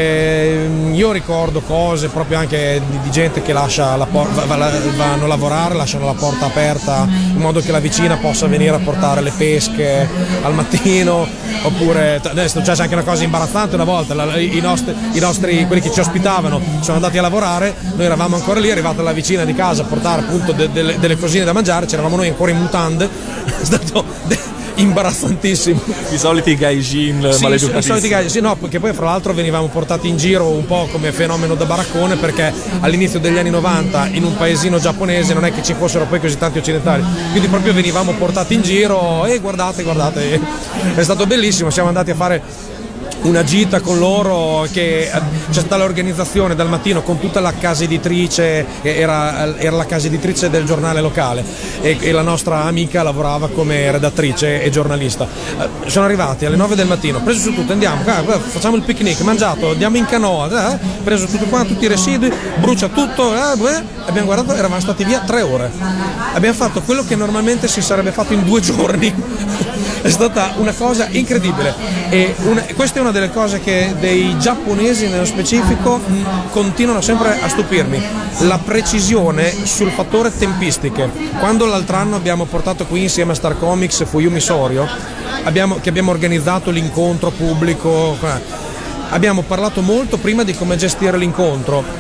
E io ricordo cose proprio anche di, di gente che lascia la por- va, va, vanno a lavorare, lasciano la porta aperta in modo che la vicina possa venire a portare le pesche al mattino, oppure adesso c'è anche una cosa imbarazzante una volta, la, i, nostri, i nostri quelli che ci ospitavano sono andati a lavorare, noi eravamo ancora lì, è arrivata la vicina di casa a portare appunto de, de, delle cosine da mangiare, c'eravamo noi ancora in mutande, è stato de- imbarazzantissimo. I soliti gaijin sì, maleducatissimi. I soliti gaijin, sì, no, perché poi fra l'altro venivamo portati in giro un po' come fenomeno da baraccone, perché all'inizio degli anni novanta in un paesino giapponese non è che ci fossero poi così tanti occidentali, quindi proprio venivamo portati in giro e guardate, guardate, è stato bellissimo, siamo andati a fare una gita con loro, che c'è stata l'organizzazione dal mattino con tutta la casa editrice, era, era la casa editrice del giornale locale e, e la nostra amica lavorava come redattrice e giornalista. Sono arrivati alle nove del mattino, preso su tutto, andiamo, facciamo il picnic, mangiato, andiamo in canoa, eh, preso tutto qua, tutti i residui, brucia tutto, eh, abbiamo guardato, eravamo stati via tre ore, abbiamo fatto quello che normalmente si sarebbe fatto in due giorni. È stata una cosa incredibile e una, questa è una delle cose che dei giapponesi nello specifico continuano sempre a stupirmi, la precisione sul fattore tempistiche. Quando l'altro anno abbiamo portato qui insieme a Star Comics Fuyumi Sorio, abbiamo, che abbiamo organizzato l'incontro pubblico, abbiamo parlato molto prima di come gestire l'incontro.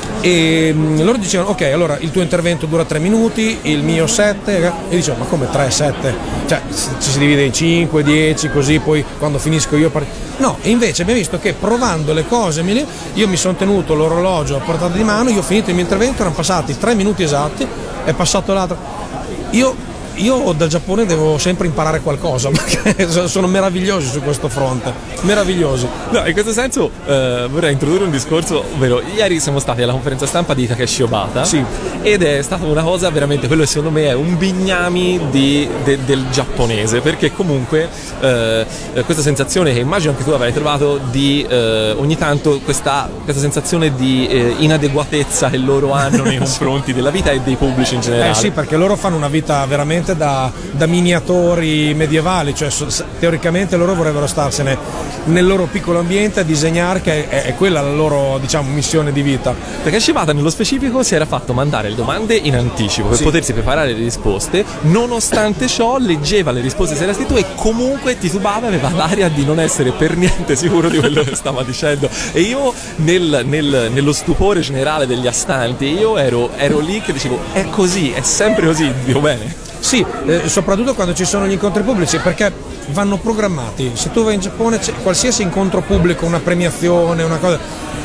E loro dicevano ok, allora il tuo intervento dura tre minuti, il mio sette, e dicevo ma come tre, sette? Cioè ci si divide in cinque, dieci, così poi quando finisco io par- no, e invece abbiamo visto che provando le cose io mi sono tenuto l'orologio a portata di mano, io ho finito il mio intervento, erano passati tre minuti esatti, è passato l'altro. Io io dal Giappone devo sempre imparare qualcosa, perché sono meravigliosi su questo fronte, meravigliosi. No, in questo senso eh, vorrei introdurre un discorso, ovvero ieri siamo stati alla conferenza stampa di Takeshi Obata, Sì. ed è stata una cosa veramente, quello che secondo me è un bignami di, de- del giapponese, perché comunque eh, questa sensazione che immagino anche tu avrai trovato di eh, ogni tanto questa, questa sensazione di eh, inadeguatezza che loro hanno nei confronti della vita e dei pubblici in generale. Eh sì, perché loro fanno una vita veramente da, da miniatori medievali, cioè so- teoricamente loro vorrebbero starsene nel loro piccolo ambiente a disegnare, che è, è quella la loro, diciamo, missione di vita. Perché Shibata nello specifico si era fatto mandare le domande in anticipo per Sì. potersi preparare le risposte, nonostante ciò leggeva le risposte se era scritto e comunque titubava, aveva l'aria di non essere per niente sicuro di quello che stava dicendo, e io nel, nel- nello stupore generale degli astanti io ero, ero lì che dicevo è così, è sempre così, Dio bene. Sì, eh, soprattutto quando ci sono gli incontri pubblici, perché vanno programmati. Se tu vai in Giappone, c'è qualsiasi incontro pubblico, una premiazione, una cosa,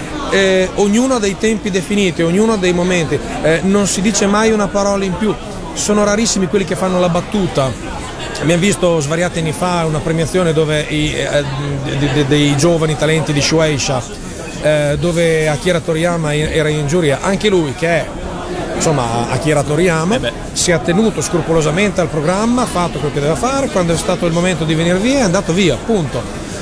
eh, ognuno ha dei tempi definiti, ognuno ha dei momenti, eh, non si dice mai una parola in più, sono rarissimi quelli che fanno la battuta. Abbiamo visto svariati anni fa una premiazione dove i, eh, de- de- dei giovani talenti di Shueisha, eh, dove Akira Toriyama era in giuria, anche lui che è insomma Akira Toriyama, Eh beh. si è attenuto scrupolosamente al programma, ha fatto quello che doveva fare, quando è stato il momento di venire via è andato via, punto.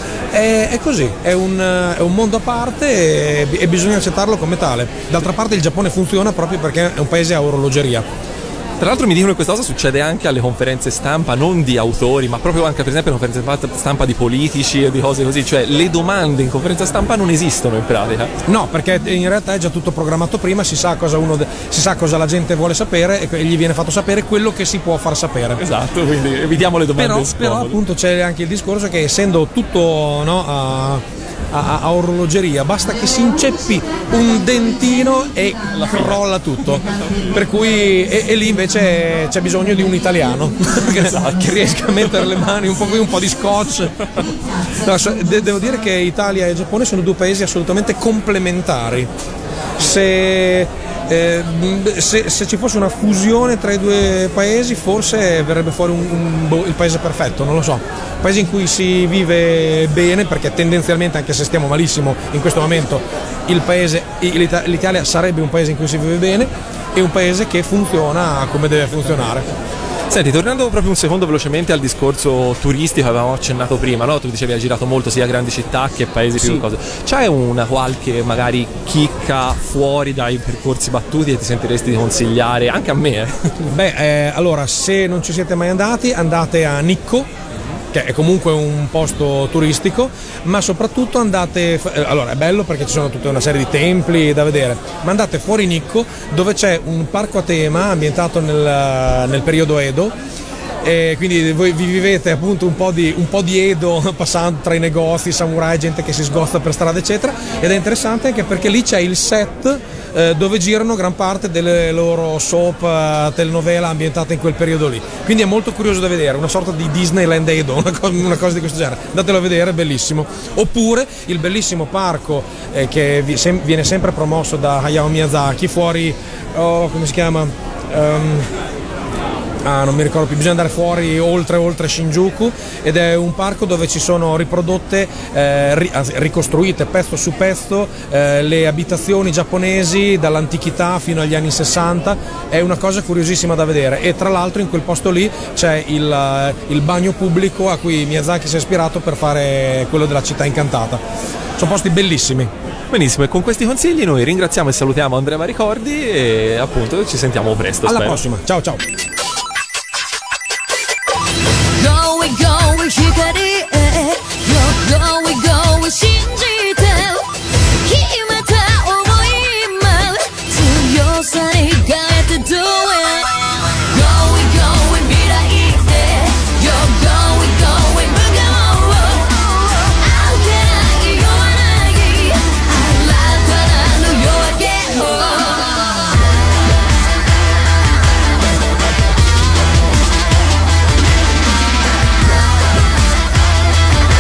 È, è così, è un, è un mondo a parte e, e bisogna accettarlo come tale. D'altra parte il Giappone funziona proprio perché è un paese a orologeria. Tra l'altro mi dicono che questa cosa succede anche alle conferenze stampa, non di autori, ma proprio anche per esempio alle conferenze stampa di politici e di cose così, cioè le domande in conferenza stampa non esistono in pratica. No, perché in realtà è già tutto programmato prima, si sa cosa, uno de- si sa cosa la gente vuole sapere e gli viene fatto sapere quello che si può far sapere. Esatto, quindi evitiamo le domande Però, scomode. però appunto c'è anche il discorso che essendo tutto, no, a, a- a orologeria, basta che si inceppi un dentino e crolla tutto, per cui e, e lì invece c'è bisogno di un italiano che, che riesca a mettere le mani un po' qui, un po' di scotch. No, so- de- devo dire che Italia e Giappone sono due paesi assolutamente complementari. Se Eh, se, se ci fosse una fusione tra i due paesi forse verrebbe fuori un, un, boh, il paese perfetto, non lo so, un paese in cui si vive bene, perché tendenzialmente, anche se stiamo malissimo in questo momento, il paese, l'Italia sarebbe un paese in cui si vive bene e un paese che funziona come deve funzionare. Senti, tornando proprio un secondo velocemente al discorso turistico che avevamo accennato prima, no? Tu dicevi hai girato molto sia grandi città che paesi più Sì. cose. C'è una qualche magari chicca fuori dai percorsi battuti che ti sentiresti di consigliare anche a me? Eh? Beh, eh, allora, se non ci siete mai andati, andate a Nikko, che è comunque un posto turistico, ma soprattutto andate, eh, allora è bello perché ci sono tutta una serie di templi da vedere, ma andate fuori Nikko, dove c'è un parco a tema ambientato nel, nel periodo Edo, e quindi voi vi vivete appunto un po' di, un po' di Edo passando tra i negozi, samurai, gente che si sgosta per strada eccetera, ed è interessante anche perché lì c'è il set eh, dove girano gran parte delle loro soap, eh, telenovela ambientate in quel periodo lì, quindi è molto curioso da vedere, una sorta di Disneyland Edo, una cosa, una cosa di questo genere, andatelo a vedere, è bellissimo. Oppure il bellissimo parco eh, che vi- sem- viene sempre promosso da Hayao Miyazaki fuori, oh, come si chiama? Um, Ah, non mi ricordo più, bisogna andare fuori oltre oltre Shinjuku, ed è un parco dove ci sono riprodotte, eh, ri- anzi, ricostruite pezzo su pezzo eh, le abitazioni giapponesi dall'antichità fino agli anni sessanta, è una cosa curiosissima da vedere, e tra l'altro in quel posto lì c'è il, eh, il bagno pubblico a cui Miyazaki si è ispirato per fare quello della città incantata. Sono posti bellissimi. Benissimo, e con questi consigli noi ringraziamo e salutiamo Andrea Maricordi e appunto ci sentiamo presto. Alla spero. prossima, ciao ciao. Going, going, 光へ You're going, going 信じて決めた想いも強さに変えて Do it Going, going 未来へ You're going, going 向かおうあげない言わない新たなる夜明けを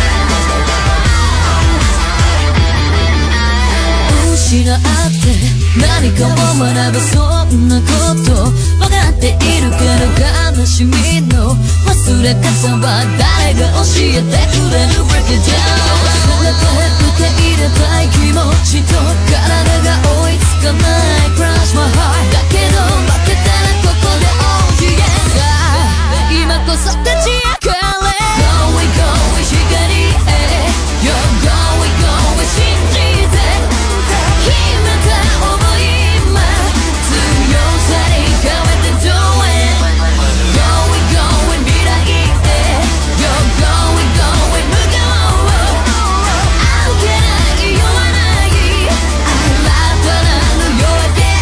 失って何かを学ぶそんなこと分かっているけど悲しみの忘れ方は誰が教えてくれる Break it down 全て受け入れたい気持ちと体が追いつかない Crush my heart だけど負けたらここで Oh yeah さあ今こそ立ち上がれ Going going 光へ You're going going 信じて決めた想い今強さに変えて Do it Going going 未来へ You're going going 向こう歩けない弱ない新たなる夜明け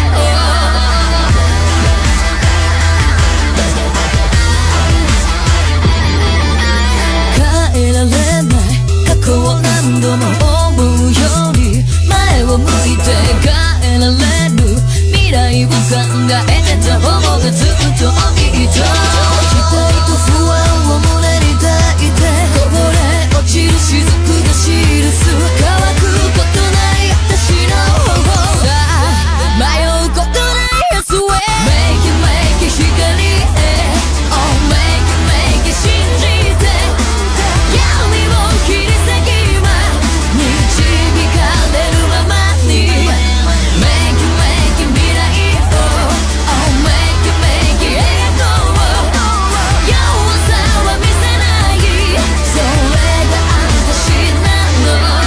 変えられない過去を何度も思うより前を向いて変えられる未来を考えてた方がずっといいと期待と不安を胸に抱いてこぼれ落ちる雫が記す乾くことない私の方さあ迷うことない明日へ Make it make it 光へ Oh make it make it 信じて闇を切り裂き今導かれるままに Make it make it 未来を Oh make it make it 栄光を弱さは見せないそれが私なの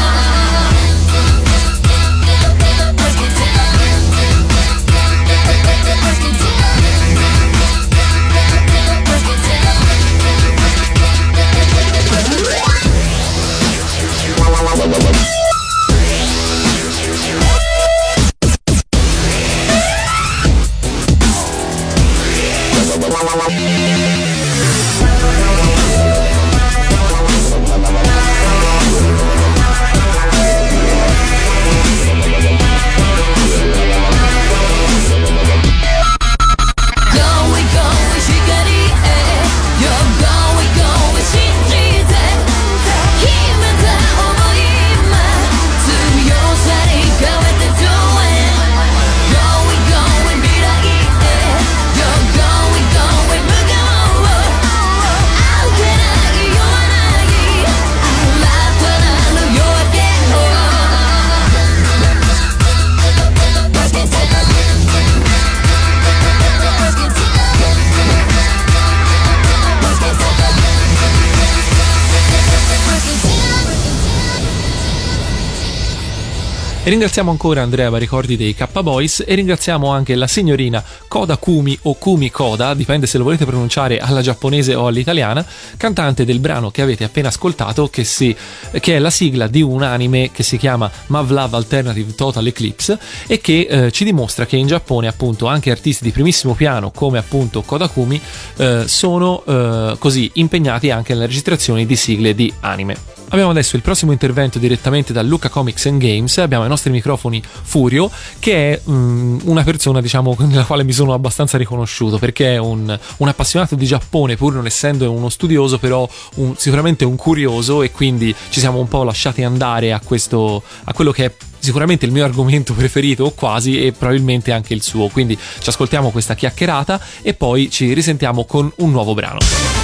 E ringraziamo ancora Andrea Baricordi dei K-Boys e ringraziamo anche la signorina Koda Kumi o Kumi Koda, dipende se lo volete pronunciare alla giapponese o all'italiana, cantante del brano che avete appena ascoltato, che, si, che è la sigla di un anime che si chiama Mavlove Alternative Total Eclipse e che eh, ci dimostra che in Giappone appunto anche artisti di primissimo piano come appunto Koda Kumi eh, sono eh, così impegnati anche nella registrazione di sigle di anime. Abbiamo adesso il prossimo intervento direttamente da Lucca Comics and Games. Abbiamo ai nostri microfoni Furio, che è um, una persona, diciamo, nella quale mi sono abbastanza riconosciuto, perché è un, un appassionato di Giappone, pur non essendo uno studioso, però un, sicuramente un curioso, e quindi ci siamo un po' lasciati andare a questo, a quello che è sicuramente il mio argomento preferito, o quasi, e probabilmente anche il suo. Quindi ci ascoltiamo questa chiacchierata e poi ci risentiamo con un nuovo brano.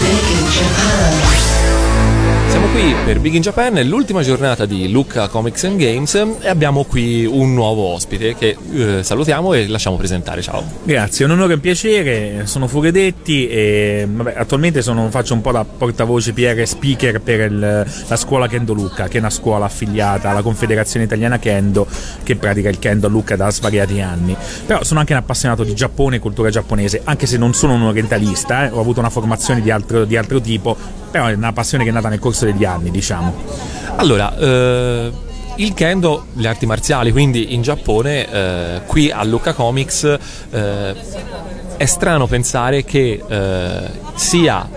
Siamo qui per Big in Japan, è l'ultima giornata di Lucca Comics and Games e abbiamo qui un nuovo ospite che eh, salutiamo e lasciamo presentare. Ciao. Grazie, è un onore e un piacere, sono Furedetti e vabbè, attualmente sono, faccio un po' da portavoce P R speaker per il, la scuola Kendo Lucca, che è una scuola affiliata alla Confederazione Italiana Kendo, che pratica il Kendo a Lucca da svariati anni. Però sono anche un appassionato di Giappone e cultura giapponese, anche se non sono un orientalista, eh, ho avuto una formazione di altro, di altro tipo, però è una passione che è nata nel corso degli anni, diciamo. Allora, eh, il Kendo, le arti marziali, quindi in Giappone, eh, qui a Lucca Comics, eh, è strano pensare che eh, sia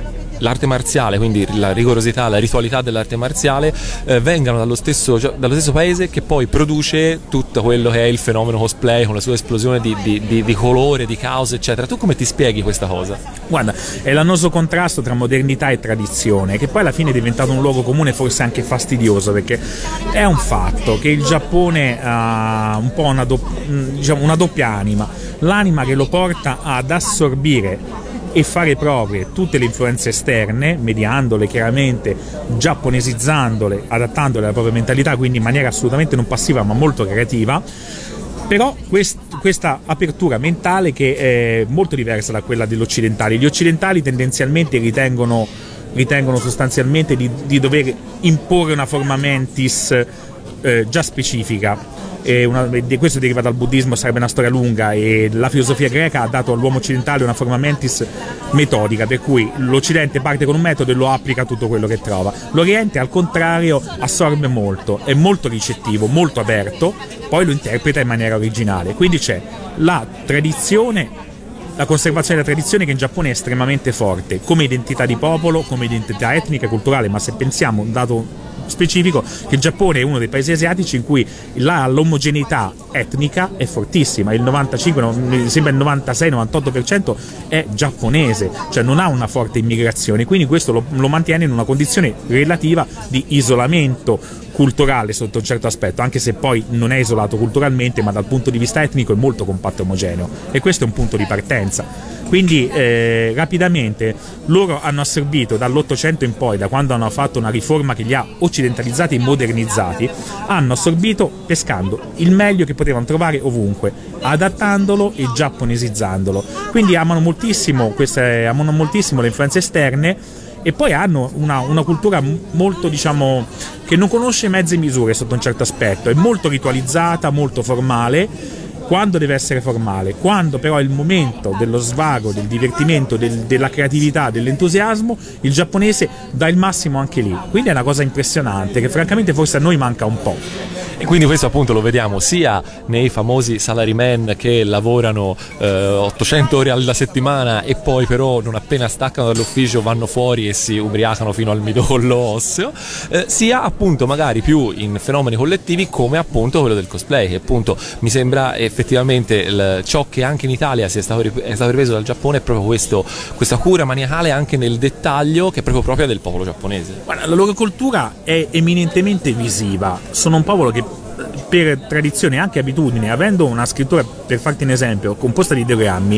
l'arte marziale, quindi la rigorosità, la ritualità dell'arte marziale, eh, vengano dallo stesso, cioè, dallo stesso paese che poi produce tutto quello che è il fenomeno cosplay con la sua esplosione di, di, di, di colore, di caos, eccetera. Tu come ti spieghi questa cosa? Guarda, è l'annoso contrasto tra modernità e tradizione, che poi alla fine è diventato un luogo comune, forse anche fastidioso, perché è un fatto che il Giappone ha un po' una, do- diciamo, una doppia anima, l'anima che lo porta ad assorbire e fare proprie tutte le influenze esterne, mediandole chiaramente, giapponesizzandole, adattandole alla propria mentalità, quindi in maniera assolutamente non passiva ma molto creativa. Però quest, questa apertura mentale che è molto diversa da quella degli occidentali. Gli occidentali tendenzialmente ritengono, ritengono sostanzialmente di, di dover imporre una forma mentis eh, già specifica. E una, questo deriva dal buddismo, sarebbe una storia lunga, e la filosofia greca ha dato all'uomo occidentale una forma mentis metodica, per cui l'Occidente parte con un metodo e lo applica a tutto quello che trova. L'Oriente al contrario assorbe molto, è molto ricettivo, molto aperto, poi lo interpreta in maniera originale. Quindi c'è la tradizione, la conservazione della tradizione, che in Giappone è estremamente forte come identità di popolo, come identità etnica e culturale. Ma se pensiamo un dato specifico, che il Giappone è uno dei paesi asiatici in cui la, l'omogeneità etnica è fortissima, il novantacinque, mi sembra il novantasei novantotto per cento è giapponese, cioè non ha una forte immigrazione, quindi questo lo, lo mantiene in una condizione relativa di isolamento culturale sotto un certo aspetto, anche se poi non è isolato culturalmente, ma dal punto di vista etnico è molto compatto e omogeneo, e questo è un punto di partenza. Quindi eh, rapidamente loro hanno assorbito dall'Ottocento in poi, da quando hanno fatto una riforma che li ha occidentalizzati e modernizzati, hanno assorbito pescando il meglio che potevano trovare ovunque, adattandolo e giapponesizzandolo. Quindi amano moltissimo, queste, amano moltissimo le influenze esterne, e poi hanno una, una cultura molto, diciamo, che non conosce mezze misure sotto un certo aspetto, è molto ritualizzata, molto formale quando deve essere formale, quando però è il momento dello svago, del divertimento, del, della creatività, dell'entusiasmo, il giapponese dà il massimo anche lì. Quindi è una cosa impressionante che francamente forse a noi manca un po'. E quindi questo appunto lo vediamo sia nei famosi salaryman che lavorano eh, ottocento ore alla settimana e poi però non appena staccano dall'ufficio vanno fuori e si ubriacano fino al midollo osseo, eh, sia appunto magari più in fenomeni collettivi come appunto quello del cosplay, che appunto mi sembra effettivamente il, ciò che anche in Italia sia stato, è stato ripreso dal Giappone, è proprio questo, questa cura maniacale anche nel dettaglio che è proprio propria del popolo giapponese. Guarda, la loro cultura è eminentemente visiva, sono un popolo che per tradizione e anche abitudine, avendo una scrittura, per farti un esempio, composta di ideogrammi,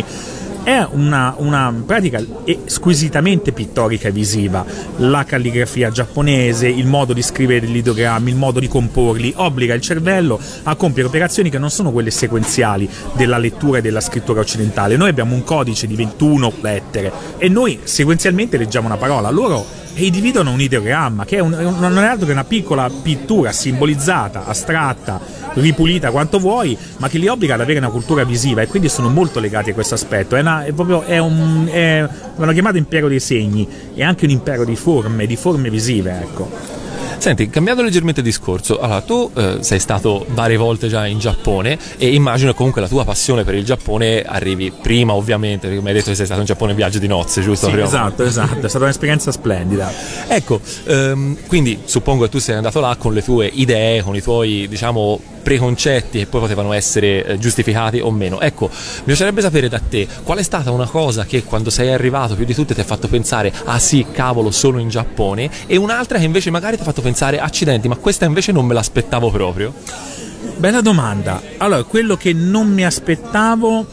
è una, una pratica squisitamente pittorica e visiva. La calligrafia giapponese, il modo di scrivere gli ideogrammi, il modo di comporli, obbliga il cervello a compiere operazioni che non sono quelle sequenziali della lettura e della scrittura occidentale. Noi abbiamo un codice di ventuno lettere e noi sequenzialmente leggiamo una parola, loro e dividono un ideogramma che è un, non è altro che una piccola pittura simbolizzata, astratta, ripulita quanto vuoi, ma che li obbliga ad avere una cultura visiva, e quindi sono molto legati a questo aspetto. È, una, è proprio è un è, l'hanno chiamato impero dei segni, è anche un impero di forme, di forme visive, ecco. Senti, cambiando leggermente discorso, allora tu eh, sei stato varie volte già in Giappone e immagino che comunque la tua passione per il Giappone arrivi prima, ovviamente, perché mi hai detto che sei stato in Giappone in viaggio di nozze, giusto? Sì, prima. esatto, esatto, è stata un'esperienza splendida. Ecco, ehm, quindi suppongo che tu sei andato là con le tue idee, con i tuoi, diciamo, preconcetti che poi potevano essere eh, giustificati o meno. Ecco, mi piacerebbe sapere da te qual è stata una cosa che quando sei arrivato più di tutte ti ha fatto pensare ah sì, cavolo, sono in Giappone, e un'altra che invece magari ti ha fatto pensare accidenti, ma questa invece non me l'aspettavo proprio. Bella domanda. Allora, quello che non mi aspettavo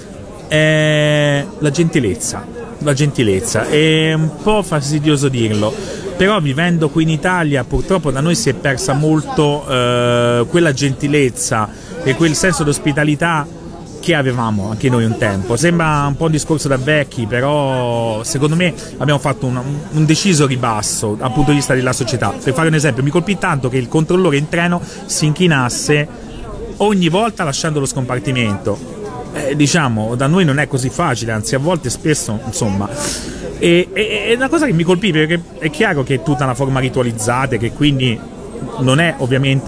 è la gentilezza. La gentilezza è un po' fastidioso dirlo, però vivendo qui in Italia purtroppo da noi si è persa molto eh, quella gentilezza e quel senso di ospitalità che avevamo anche noi un tempo. Sembra un po' un discorso da vecchi, però secondo me abbiamo fatto un, un deciso ribasso dal punto di vista della società. Per fare un esempio, mi colpì tanto che il controllore in treno si inchinasse ogni volta lasciando lo scompartimento. Eh, diciamo, da noi non è così facile, anzi a volte spesso, insomma. E, e, è una cosa che mi colpì, perché è chiaro che è tutta una forma ritualizzata, che quindi non è ovviamente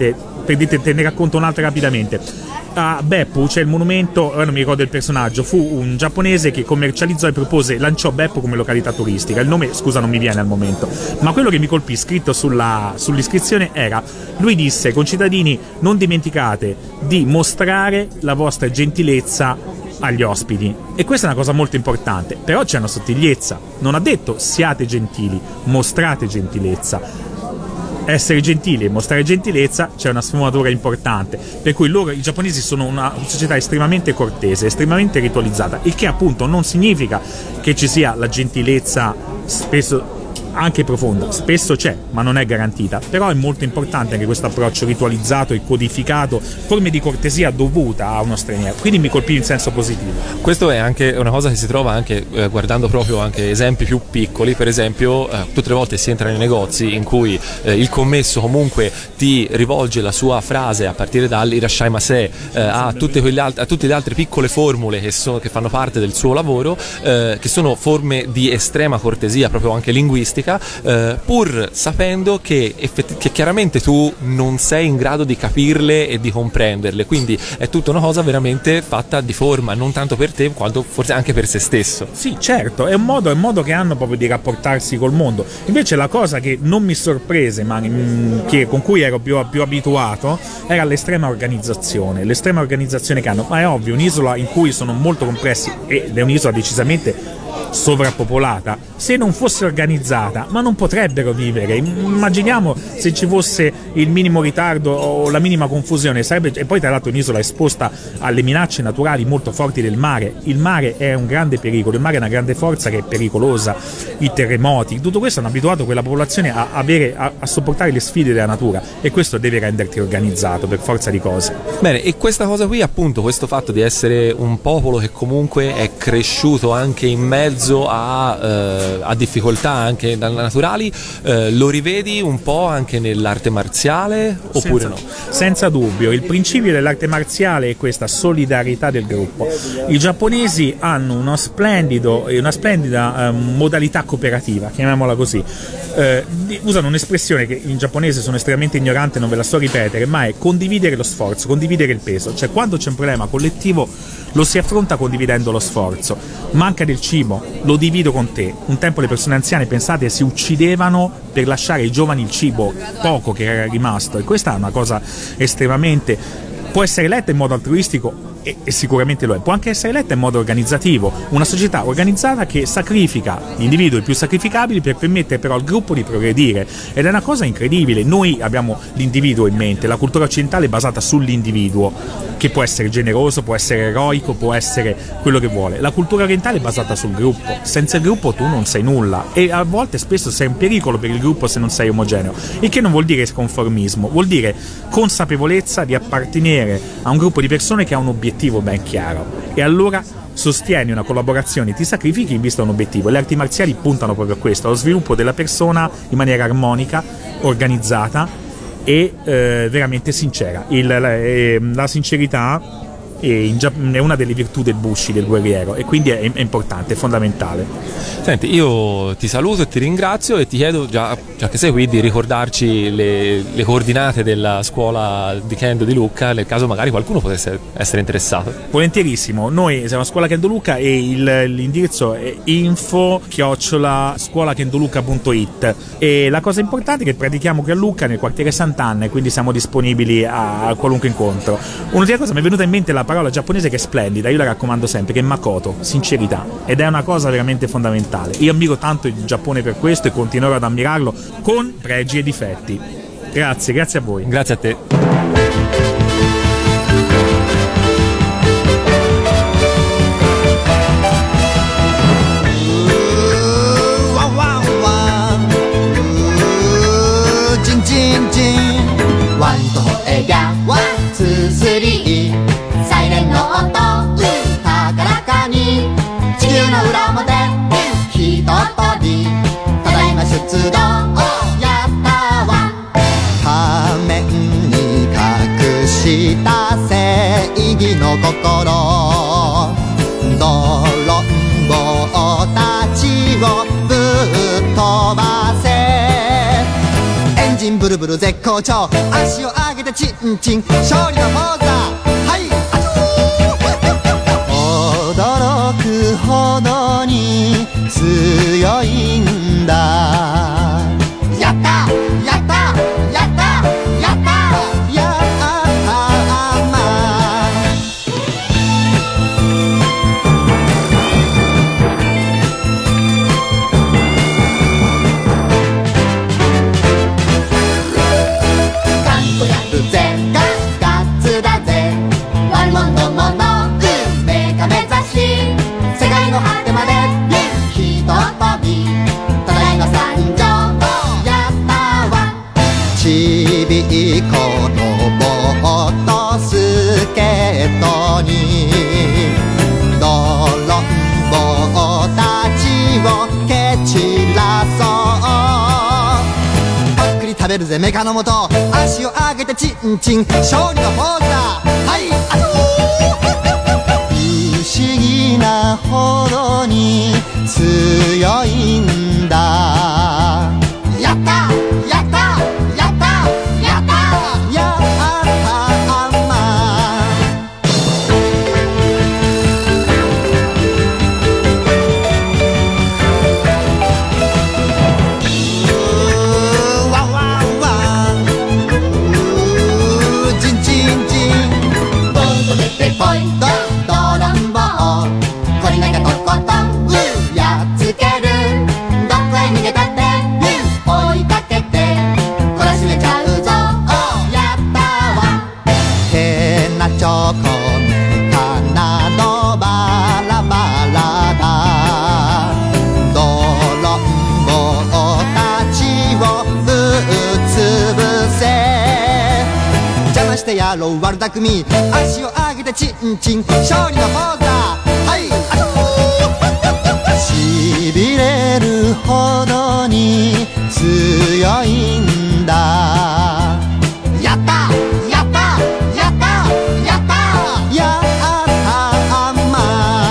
per dirti, te ne racconto un'altra rapidamente. A Beppu c'è il monumento, ora non mi ricordo il personaggio, fu un giapponese che commercializzò e propose, lanciò Beppu come località turistica. Il nome, scusa, non mi viene al momento, ma quello che mi colpì scritto sulla, sull'iscrizione era, lui disse: concittadini, non dimenticate di mostrare la vostra gentilezza agli ospiti. E questa è una cosa molto importante, però c'è una sottigliezza, non ha detto siate gentili, mostrate gentilezza. Essere gentili e mostrare gentilezza c'è una sfumatura importante, per cui loro, i giapponesi, sono una società estremamente cortese, estremamente ritualizzata, il che appunto non significa che ci sia la gentilezza spesso anche profonda, spesso c'è, ma non è garantita. Però è molto importante anche questo approccio ritualizzato e codificato, forme di cortesia dovuta a uno straniero, quindi mi colpì in senso positivo. Questo è anche una cosa che si trova anche eh, guardando proprio anche esempi più piccoli. Per esempio, eh, tutte le volte si entra nei negozi in cui eh, il commesso comunque ti rivolge la sua frase a partire dall'irashaimase eh, a, tutte quelle alt- a tutte le altre piccole formule che, sono, che fanno parte del suo lavoro, eh, che sono forme di estrema cortesia, proprio anche linguistica, eh, pur sapendo che, effetti- che chiaramente tu non sei in grado di capirle e di comprenderle, quindi è tutta una cosa veramente fatta di forma, non tanto per te quanto forse anche per se stesso. Sì, certo, è un modo, è un modo che hanno proprio di rapportarsi col mondo. Invece la cosa che non mi sorprese, ma mh, che, con cui ero più, più abituato, era l'estrema organizzazione, l'estrema organizzazione che hanno. Ma è ovvio, un'isola in cui sono molto compressi, ed è un'isola decisamente sovrappopolata, se non fosse organizzata, ma non potrebbero vivere. Immaginiamo se ci fosse il minimo ritardo o la minima confusione, sarebbe, e poi tra l'altro un'isola esposta alle minacce naturali molto forti del mare. Il mare è un grande pericolo, il mare è una grande forza che è pericolosa, i terremoti, tutto questo hanno abituato quella popolazione a, avere, a, a sopportare le sfide della natura, e questo deve renderti organizzato per forza di cose. Bene, e questa cosa qui, appunto, questo fatto di essere un popolo che comunque è cresciuto anche in mezzo a, eh, a difficoltà anche naturali, eh, lo rivedi un po' anche nell'arte marziale oppure senza, no? Senza dubbio, il principio dell'arte marziale è questa solidarietà del gruppo. I giapponesi hanno uno splendido, una splendida eh, modalità cooperativa, chiamiamola così. Eh, usano un'espressione che in giapponese sono estremamente ignorante, non ve la so ripetere, ma è condividere lo sforzo, condividere il peso. Cioè, quando c'è un problema collettivo lo si affronta condividendo lo sforzo. Manca del cibo, lo divido con te. Un tempo le persone anziane, pensate, si uccidevano per lasciare ai giovani il cibo poco che era rimasto, e questa è una cosa estremamente, può essere letta in modo altruistico, e, e sicuramente lo è, può anche essere letta in modo organizzativo, una società organizzata che sacrifica gli individui più sacrificabili per permettere però al gruppo di progredire, ed è una cosa incredibile. Noi abbiamo l'individuo in mente, la cultura occidentale è basata sull'individuo, che può essere generoso, può essere eroico, può essere quello che vuole. La cultura orientale è basata sul gruppo, senza il gruppo tu non sei nulla, e a volte spesso sei un pericolo per il gruppo se non sei omogeneo, il che non vuol dire conformismo, vuol dire consapevolezza di appartenere a un gruppo di persone che ha un obiettivo ben chiaro, e allora sostieni una collaborazione, ti sacrifichi in vista a un obiettivo. Le arti marziali puntano proprio a questo, allo sviluppo della persona in maniera armonica, organizzata e eh, veramente sincera. Il, la, eh, la sincerità è, in, è una delle virtù del Bushi, del guerriero, e quindi è, è importante, è fondamentale. Senti, io ti saluto e ti ringrazio, e ti chiedo, già, già che sei qui, di ricordarci le, le coordinate della scuola di Kendo di Lucca, nel caso magari qualcuno potesse essere interessato. Volentierissimo, noi siamo a Scuola Kendo Lucca e il, l'indirizzo è info chiocciola scuolakendolucca punto it, e la cosa importante è che pratichiamo qui a Lucca nel quartiere Sant'Anna, e quindi siamo disponibili a qualunque incontro. Un'altra cosa mi è venuta in mente la parola giapponese che è splendida, io la raccomando sempre, che è makoto, sincerità, ed è una cosa veramente fondamentale. Io ammiro tanto il Giappone per questo e continuerò ad ammirarlo con pregi e difetti. Grazie, grazie a voi. Grazie a te. ブルブル絶好調足を上げてチンチン勝利のポーズだはいあちょ驚くほどに強いんだやったやったやったやったやったまガンとやるぜガッガッツだぜ悪者もの運命が目指し世界の果てまでひと飛び互いの参上やったわちびっ子のボートスケートに泥んぼたちを蹴散らそうばっくり食べるぜメカのもと足を上げてチンチン勝利のポーズだはいあちょ不思議なほどに強いんだやったやったやったやったやったまうーワンワンワンうーチンチンチンボートでてポイントドロンボーこれなきゃとことんやっつけるどこへ逃げたって追いかけて懲らしめちゃうぞやったわ変なチョコメカなのバラバラだ泥んぼたちをぶっつぶせ邪魔してやろう悪巧み足を上げてチンチン勝利のポーズだはいあちょしびれるほどに強いんだやったやったやったやったやったま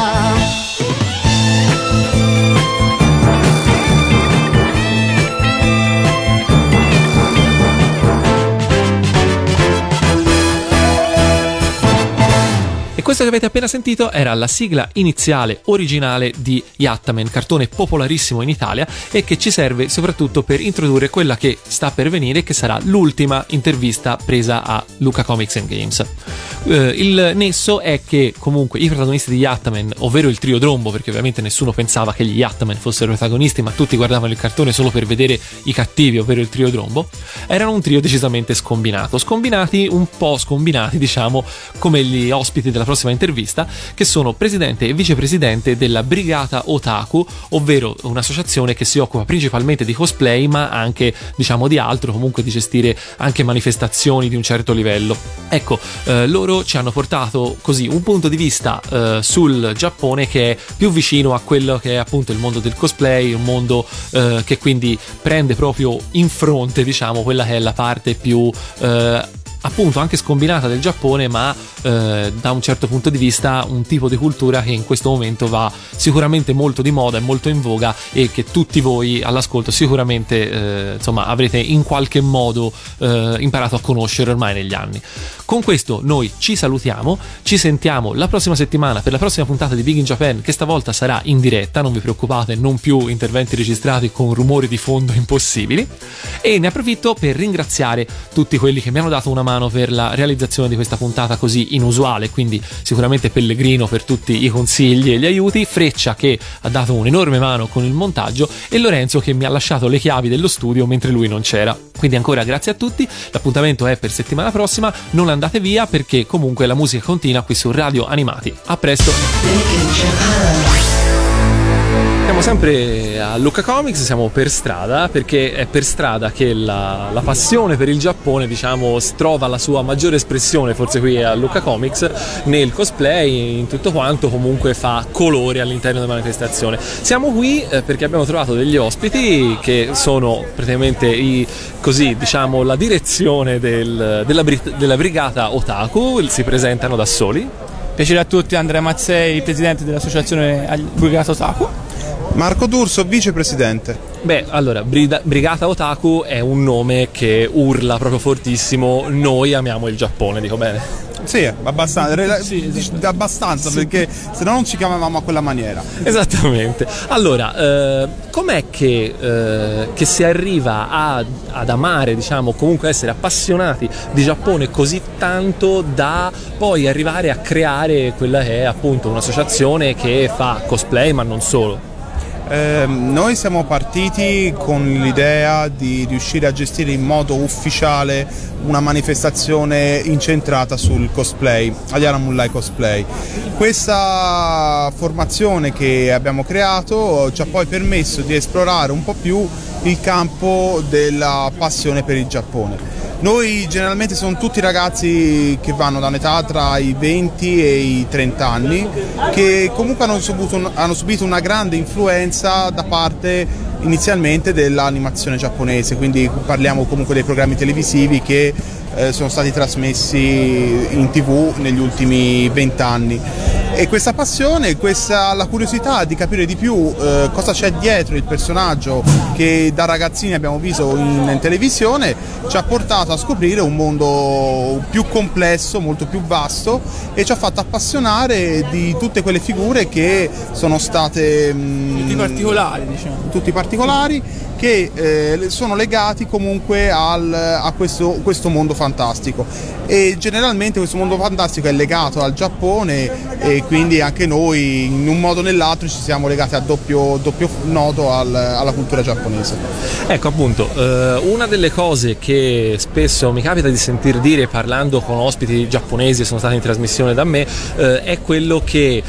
E questo che avete appena sentito era la sigla iniziale originale di Yattaman, cartone popolarissimo in Italia e che ci serve soprattutto per introdurre quella che sta per venire, che sarà l'ultima intervista presa a Lucca Comics and Games. Uh, il nesso è che comunque i protagonisti di Yattaman, ovvero il trio Drombo, perché ovviamente nessuno pensava che gli Yattaman fossero protagonisti, ma tutti guardavano il cartone solo per vedere i cattivi, ovvero il trio Drombo, erano un trio decisamente scombinato, scombinati un po' scombinati diciamo come gli ospiti della prossima intervista, che sono presidente e vicepresidente della Brigata Otaku, ovvero un'associazione che si occupa principalmente di cosplay ma anche diciamo di altro, comunque di gestire anche manifestazioni di un certo livello. Ecco, eh, loro ci hanno portato così un punto di vista eh, sul Giappone che è più vicino a quello che è appunto il mondo del cosplay, un mondo eh, che quindi prende proprio in fronte diciamo quella che è la parte più eh, appunto anche scombinata del Giappone, ma eh, da un certo punto di vista un tipo di cultura che in questo momento va sicuramente molto di moda e molto in voga e che tutti voi all'ascolto sicuramente eh, insomma avrete in qualche modo eh, imparato a conoscere ormai negli anni. Con questo noi ci salutiamo, ci sentiamo la prossima settimana per la prossima puntata di Big in Japan, che stavolta sarà in diretta, non vi preoccupate, non più interventi registrati con rumori di fondo impossibili, e ne approfitto per ringraziare tutti quelli che mi hanno dato una mano per la realizzazione di questa puntata così inusuale, quindi sicuramente Pellegrino per tutti i consigli e gli aiuti, Freccia che ha dato un'enorme mano con il montaggio e Lorenzo che mi ha lasciato le chiavi dello studio mentre lui non c'era. Quindi ancora grazie a tutti, l'appuntamento è per settimana prossima, non andate via perché comunque la musica continua qui su Radio Animati. A presto! Siamo sempre a Lucca Comics, siamo per strada, perché è per strada che la, la passione per il Giappone, diciamo, trova la sua maggiore espressione, forse qui a Lucca Comics, nel cosplay, in tutto quanto comunque fa colore all'interno della manifestazione. Siamo qui eh, perché abbiamo trovato degli ospiti che sono praticamente i, così, diciamo, la direzione del, della, della brigata Otaku, si presentano da soli. Piacere a tutti, Andrea Mazzei, presidente dell'associazione Brigata Otaku. Marco D'Urso, vicepresidente. Beh, allora, Brida- Brigata Otaku è un nome che urla proprio fortissimo. Noi amiamo il Giappone, dico bene. Sì, abbastanza, rela- abbastanza perché se no non ci chiamavamo a quella maniera. Esattamente. Allora, eh, com'è che, eh, che si arriva a, ad amare, diciamo, comunque essere appassionati di Giappone così tanto da poi arrivare a creare quella che è appunto un'associazione che fa cosplay, ma non solo? Eh, noi siamo partiti con l'idea di riuscire a gestire in modo ufficiale una manifestazione incentrata sul cosplay, Aliana Moonlight Cosplay. Questa formazione che abbiamo creato ci ha poi permesso di esplorare un po' più il campo della passione per il Giappone. Noi generalmente sono tutti ragazzi che vanno da un'età tra i venti e i trenta anni, che comunque hanno subito, hanno subito una grande influenza da parte inizialmente dell'animazione giapponese, quindi parliamo comunque dei programmi televisivi che eh, sono stati trasmessi in tv negli ultimi vent'anni. E questa passione, questa, la curiosità di capire di più eh, cosa c'è dietro il personaggio che da ragazzini abbiamo visto in, in televisione ci ha portato a scoprire un mondo più complesso, molto più vasto, e ci ha fatto appassionare di tutte quelle figure che sono state mh, tutti particolari, diciamo. tutti particolari che eh, sono legati comunque al, a questo, questo mondo fantastico, e generalmente questo mondo fantastico è legato al Giappone, e quindi anche noi in un modo o nell'altro ci siamo legati a doppio, doppio nodo al, alla cultura giapponese. Ecco, appunto, eh, una delle cose che spesso mi capita di sentir dire parlando con ospiti giapponesi che sono stati in trasmissione da me eh, è quello che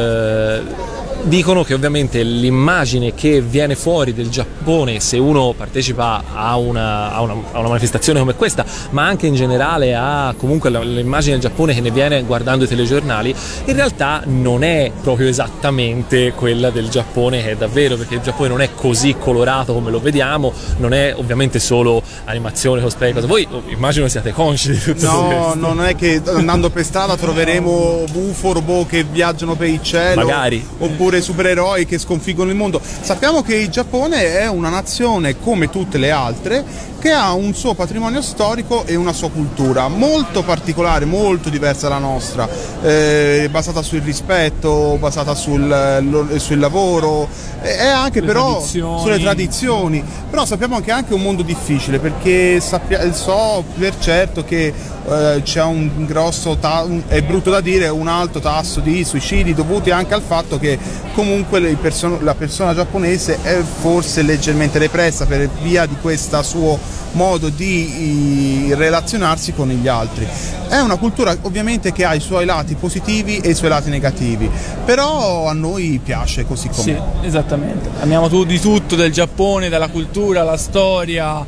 eh, dicono che ovviamente l'immagine che viene fuori del Giappone, se uno partecipa a una, a una, a una manifestazione come questa, ma anche in generale a comunque l'immagine del Giappone che ne viene guardando i telegiornali, in realtà non è proprio esattamente quella del Giappone che è davvero, perché il Giappone non è così colorato come lo vediamo, non è ovviamente solo animazione, cosplay, cosa. Voi immagino siate consci di tutto no, questo. No, non è che andando per strada troveremo U F O, robot che viaggiano per il cielo, magari, oppure supereroi che sconfiggono il mondo. Sappiamo che il Giappone è una nazione come tutte le altre che ha un suo patrimonio storico e una sua cultura molto particolare, molto diversa dalla nostra, eh, basata sul rispetto, basata sul, lo, sul lavoro e anche le però tradizioni. sulle tradizioni. Però sappiamo che è anche un mondo difficile, perché sappia, so per certo che eh, c'è un grosso ta- un, è brutto da dire, un alto tasso di suicidi dovuti anche al fatto che comunque le person- la persona giapponese è forse leggermente repressa per via di questo suo modo di i, relazionarsi con gli altri. È una cultura ovviamente che ha i suoi lati positivi e i suoi lati negativi, però a noi piace così com'è. Sì, esattamente. Amiamo tu- di tutto del Giappone, dalla cultura, alla storia,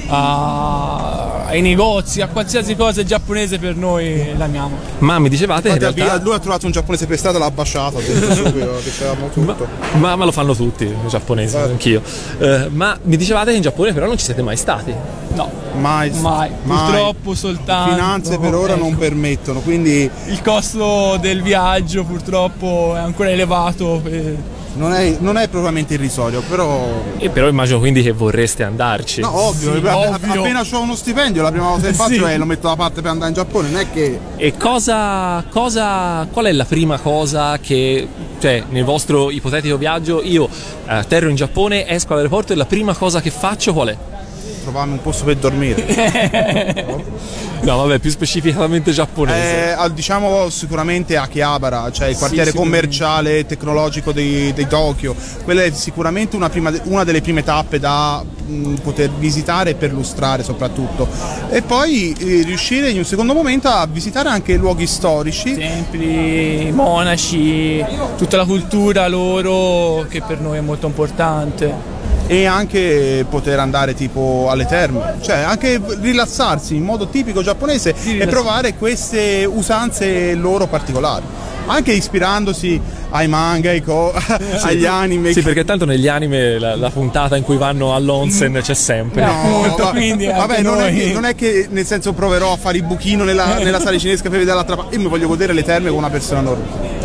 a- ai negozi, a qualsiasi cosa giapponese per noi l'amiamo. Ma mi dicevate che in Infatti, realtà lui ha trovato un giapponese per strada, l'ha baciato, ha detto subito, dicevamo tutto. Ma, ma lo fanno tutti i giapponesi, Certo. anch'io. Eh, ma mi dicevate che in Giappone però non ci siete mai stati? No, Mai, mai. Purtroppo soltanto. Finanze per ora ecco. non permettono, quindi Il costo del viaggio purtroppo è ancora elevato. e- non è, non è propriamente irrisorio, però E però immagino quindi che vorreste andarci. no, ovvio, Sì, app- ovvio. appena ho uno stipendio la prima cosa che faccio Sì. è lo metto da parte per andare in Giappone, non è che E cosa, cosa, qual è la prima cosa che, cioè, nel vostro ipotetico viaggio, io eh, atterro in Giappone, esco all'aeroporto e la prima cosa che faccio qual è? trovarmi un posto per dormire. No, vabbè, più specificatamente giapponese. Eh, al- diciamo sicuramente Akihabara, cioè il quartiere Sì, commerciale e tecnologico di, di Tokyo. Quella è sicuramente una, prima, una delle prime tappe da mh, poter visitare e perlustrare soprattutto. E poi eh, riuscire in un secondo momento a visitare anche luoghi storici. Templi, monaci, tutta la cultura loro che per noi è molto importante. E anche poter andare tipo alle terme, cioè anche rilassarsi in modo tipico giapponese e provare queste usanze loro particolari, anche ispirandosi ai manga, ai co- agli anime. Sì, perché tanto negli anime la, la puntata in cui vanno all'onsen c'è sempre. No, va- quindi anche vabbè, non è, noi. che, non è che nel senso proverò a fare il buchino nella, nella sala cinese che vede dall'altra parte. Io mi voglio godere le terme con una persona normale.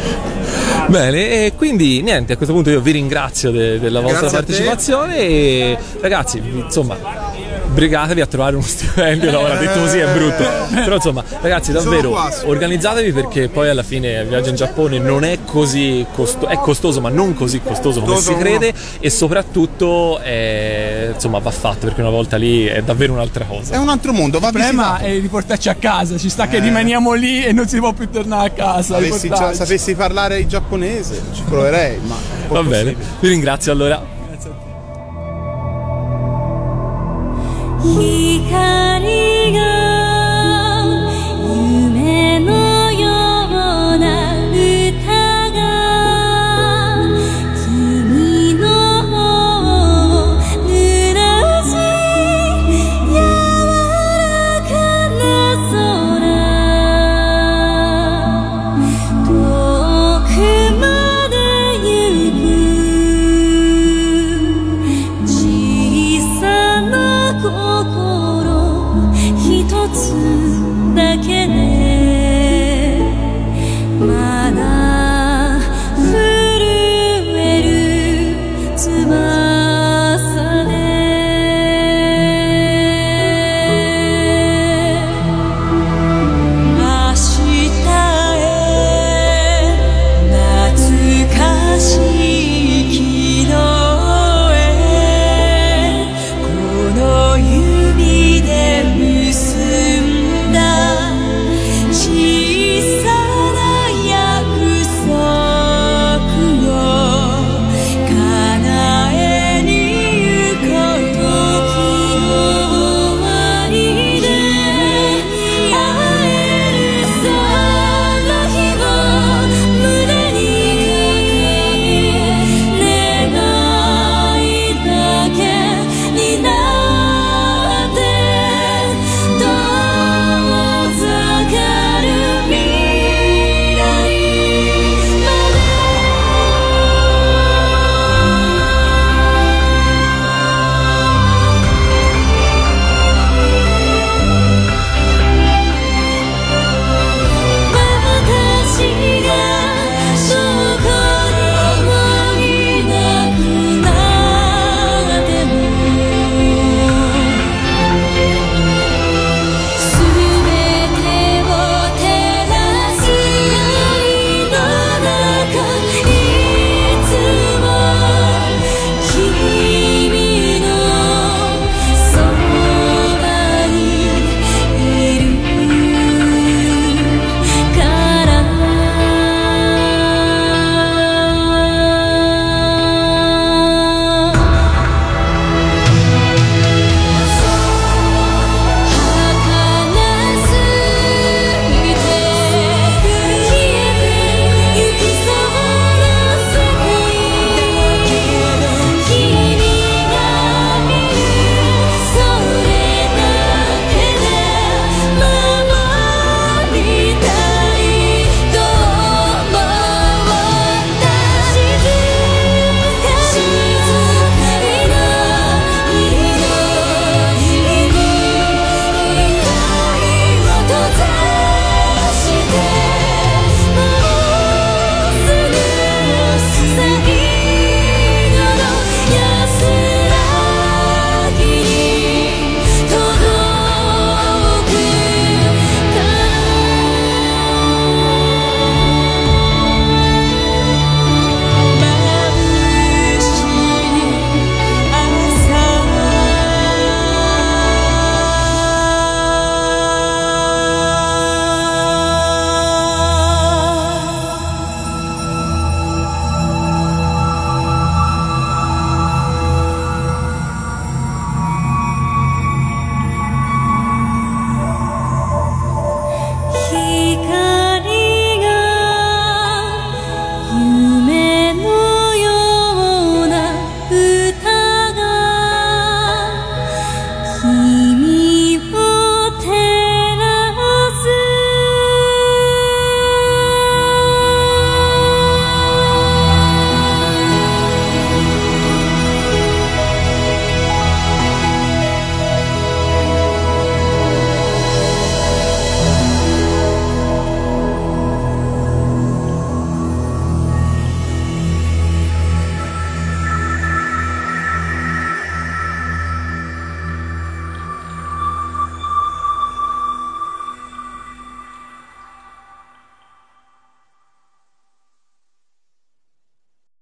Bene, e quindi niente, a questo punto io vi ringrazio de- della vostra Grazie a te. partecipazione e ragazzi, insomma, brigatevi a trovare uno stipendio, no, ora detto così è brutto, però insomma ragazzi davvero organizzatevi, perché poi alla fine il viaggio in Giappone non è così costoso, è costoso ma non così costoso come si crede, e soprattutto è, insomma va fatto, perché una volta lì è davvero un'altra cosa. È un altro mondo, va Il problema visitato. è riportarci a casa, ci sta che Eh. rimaniamo lì e non si può più tornare a casa. Avessi già, riportarci. sapessi parlare il giapponese, ci proverei, ma è un po' Va bene, possibile. vi ringrazio allora. 光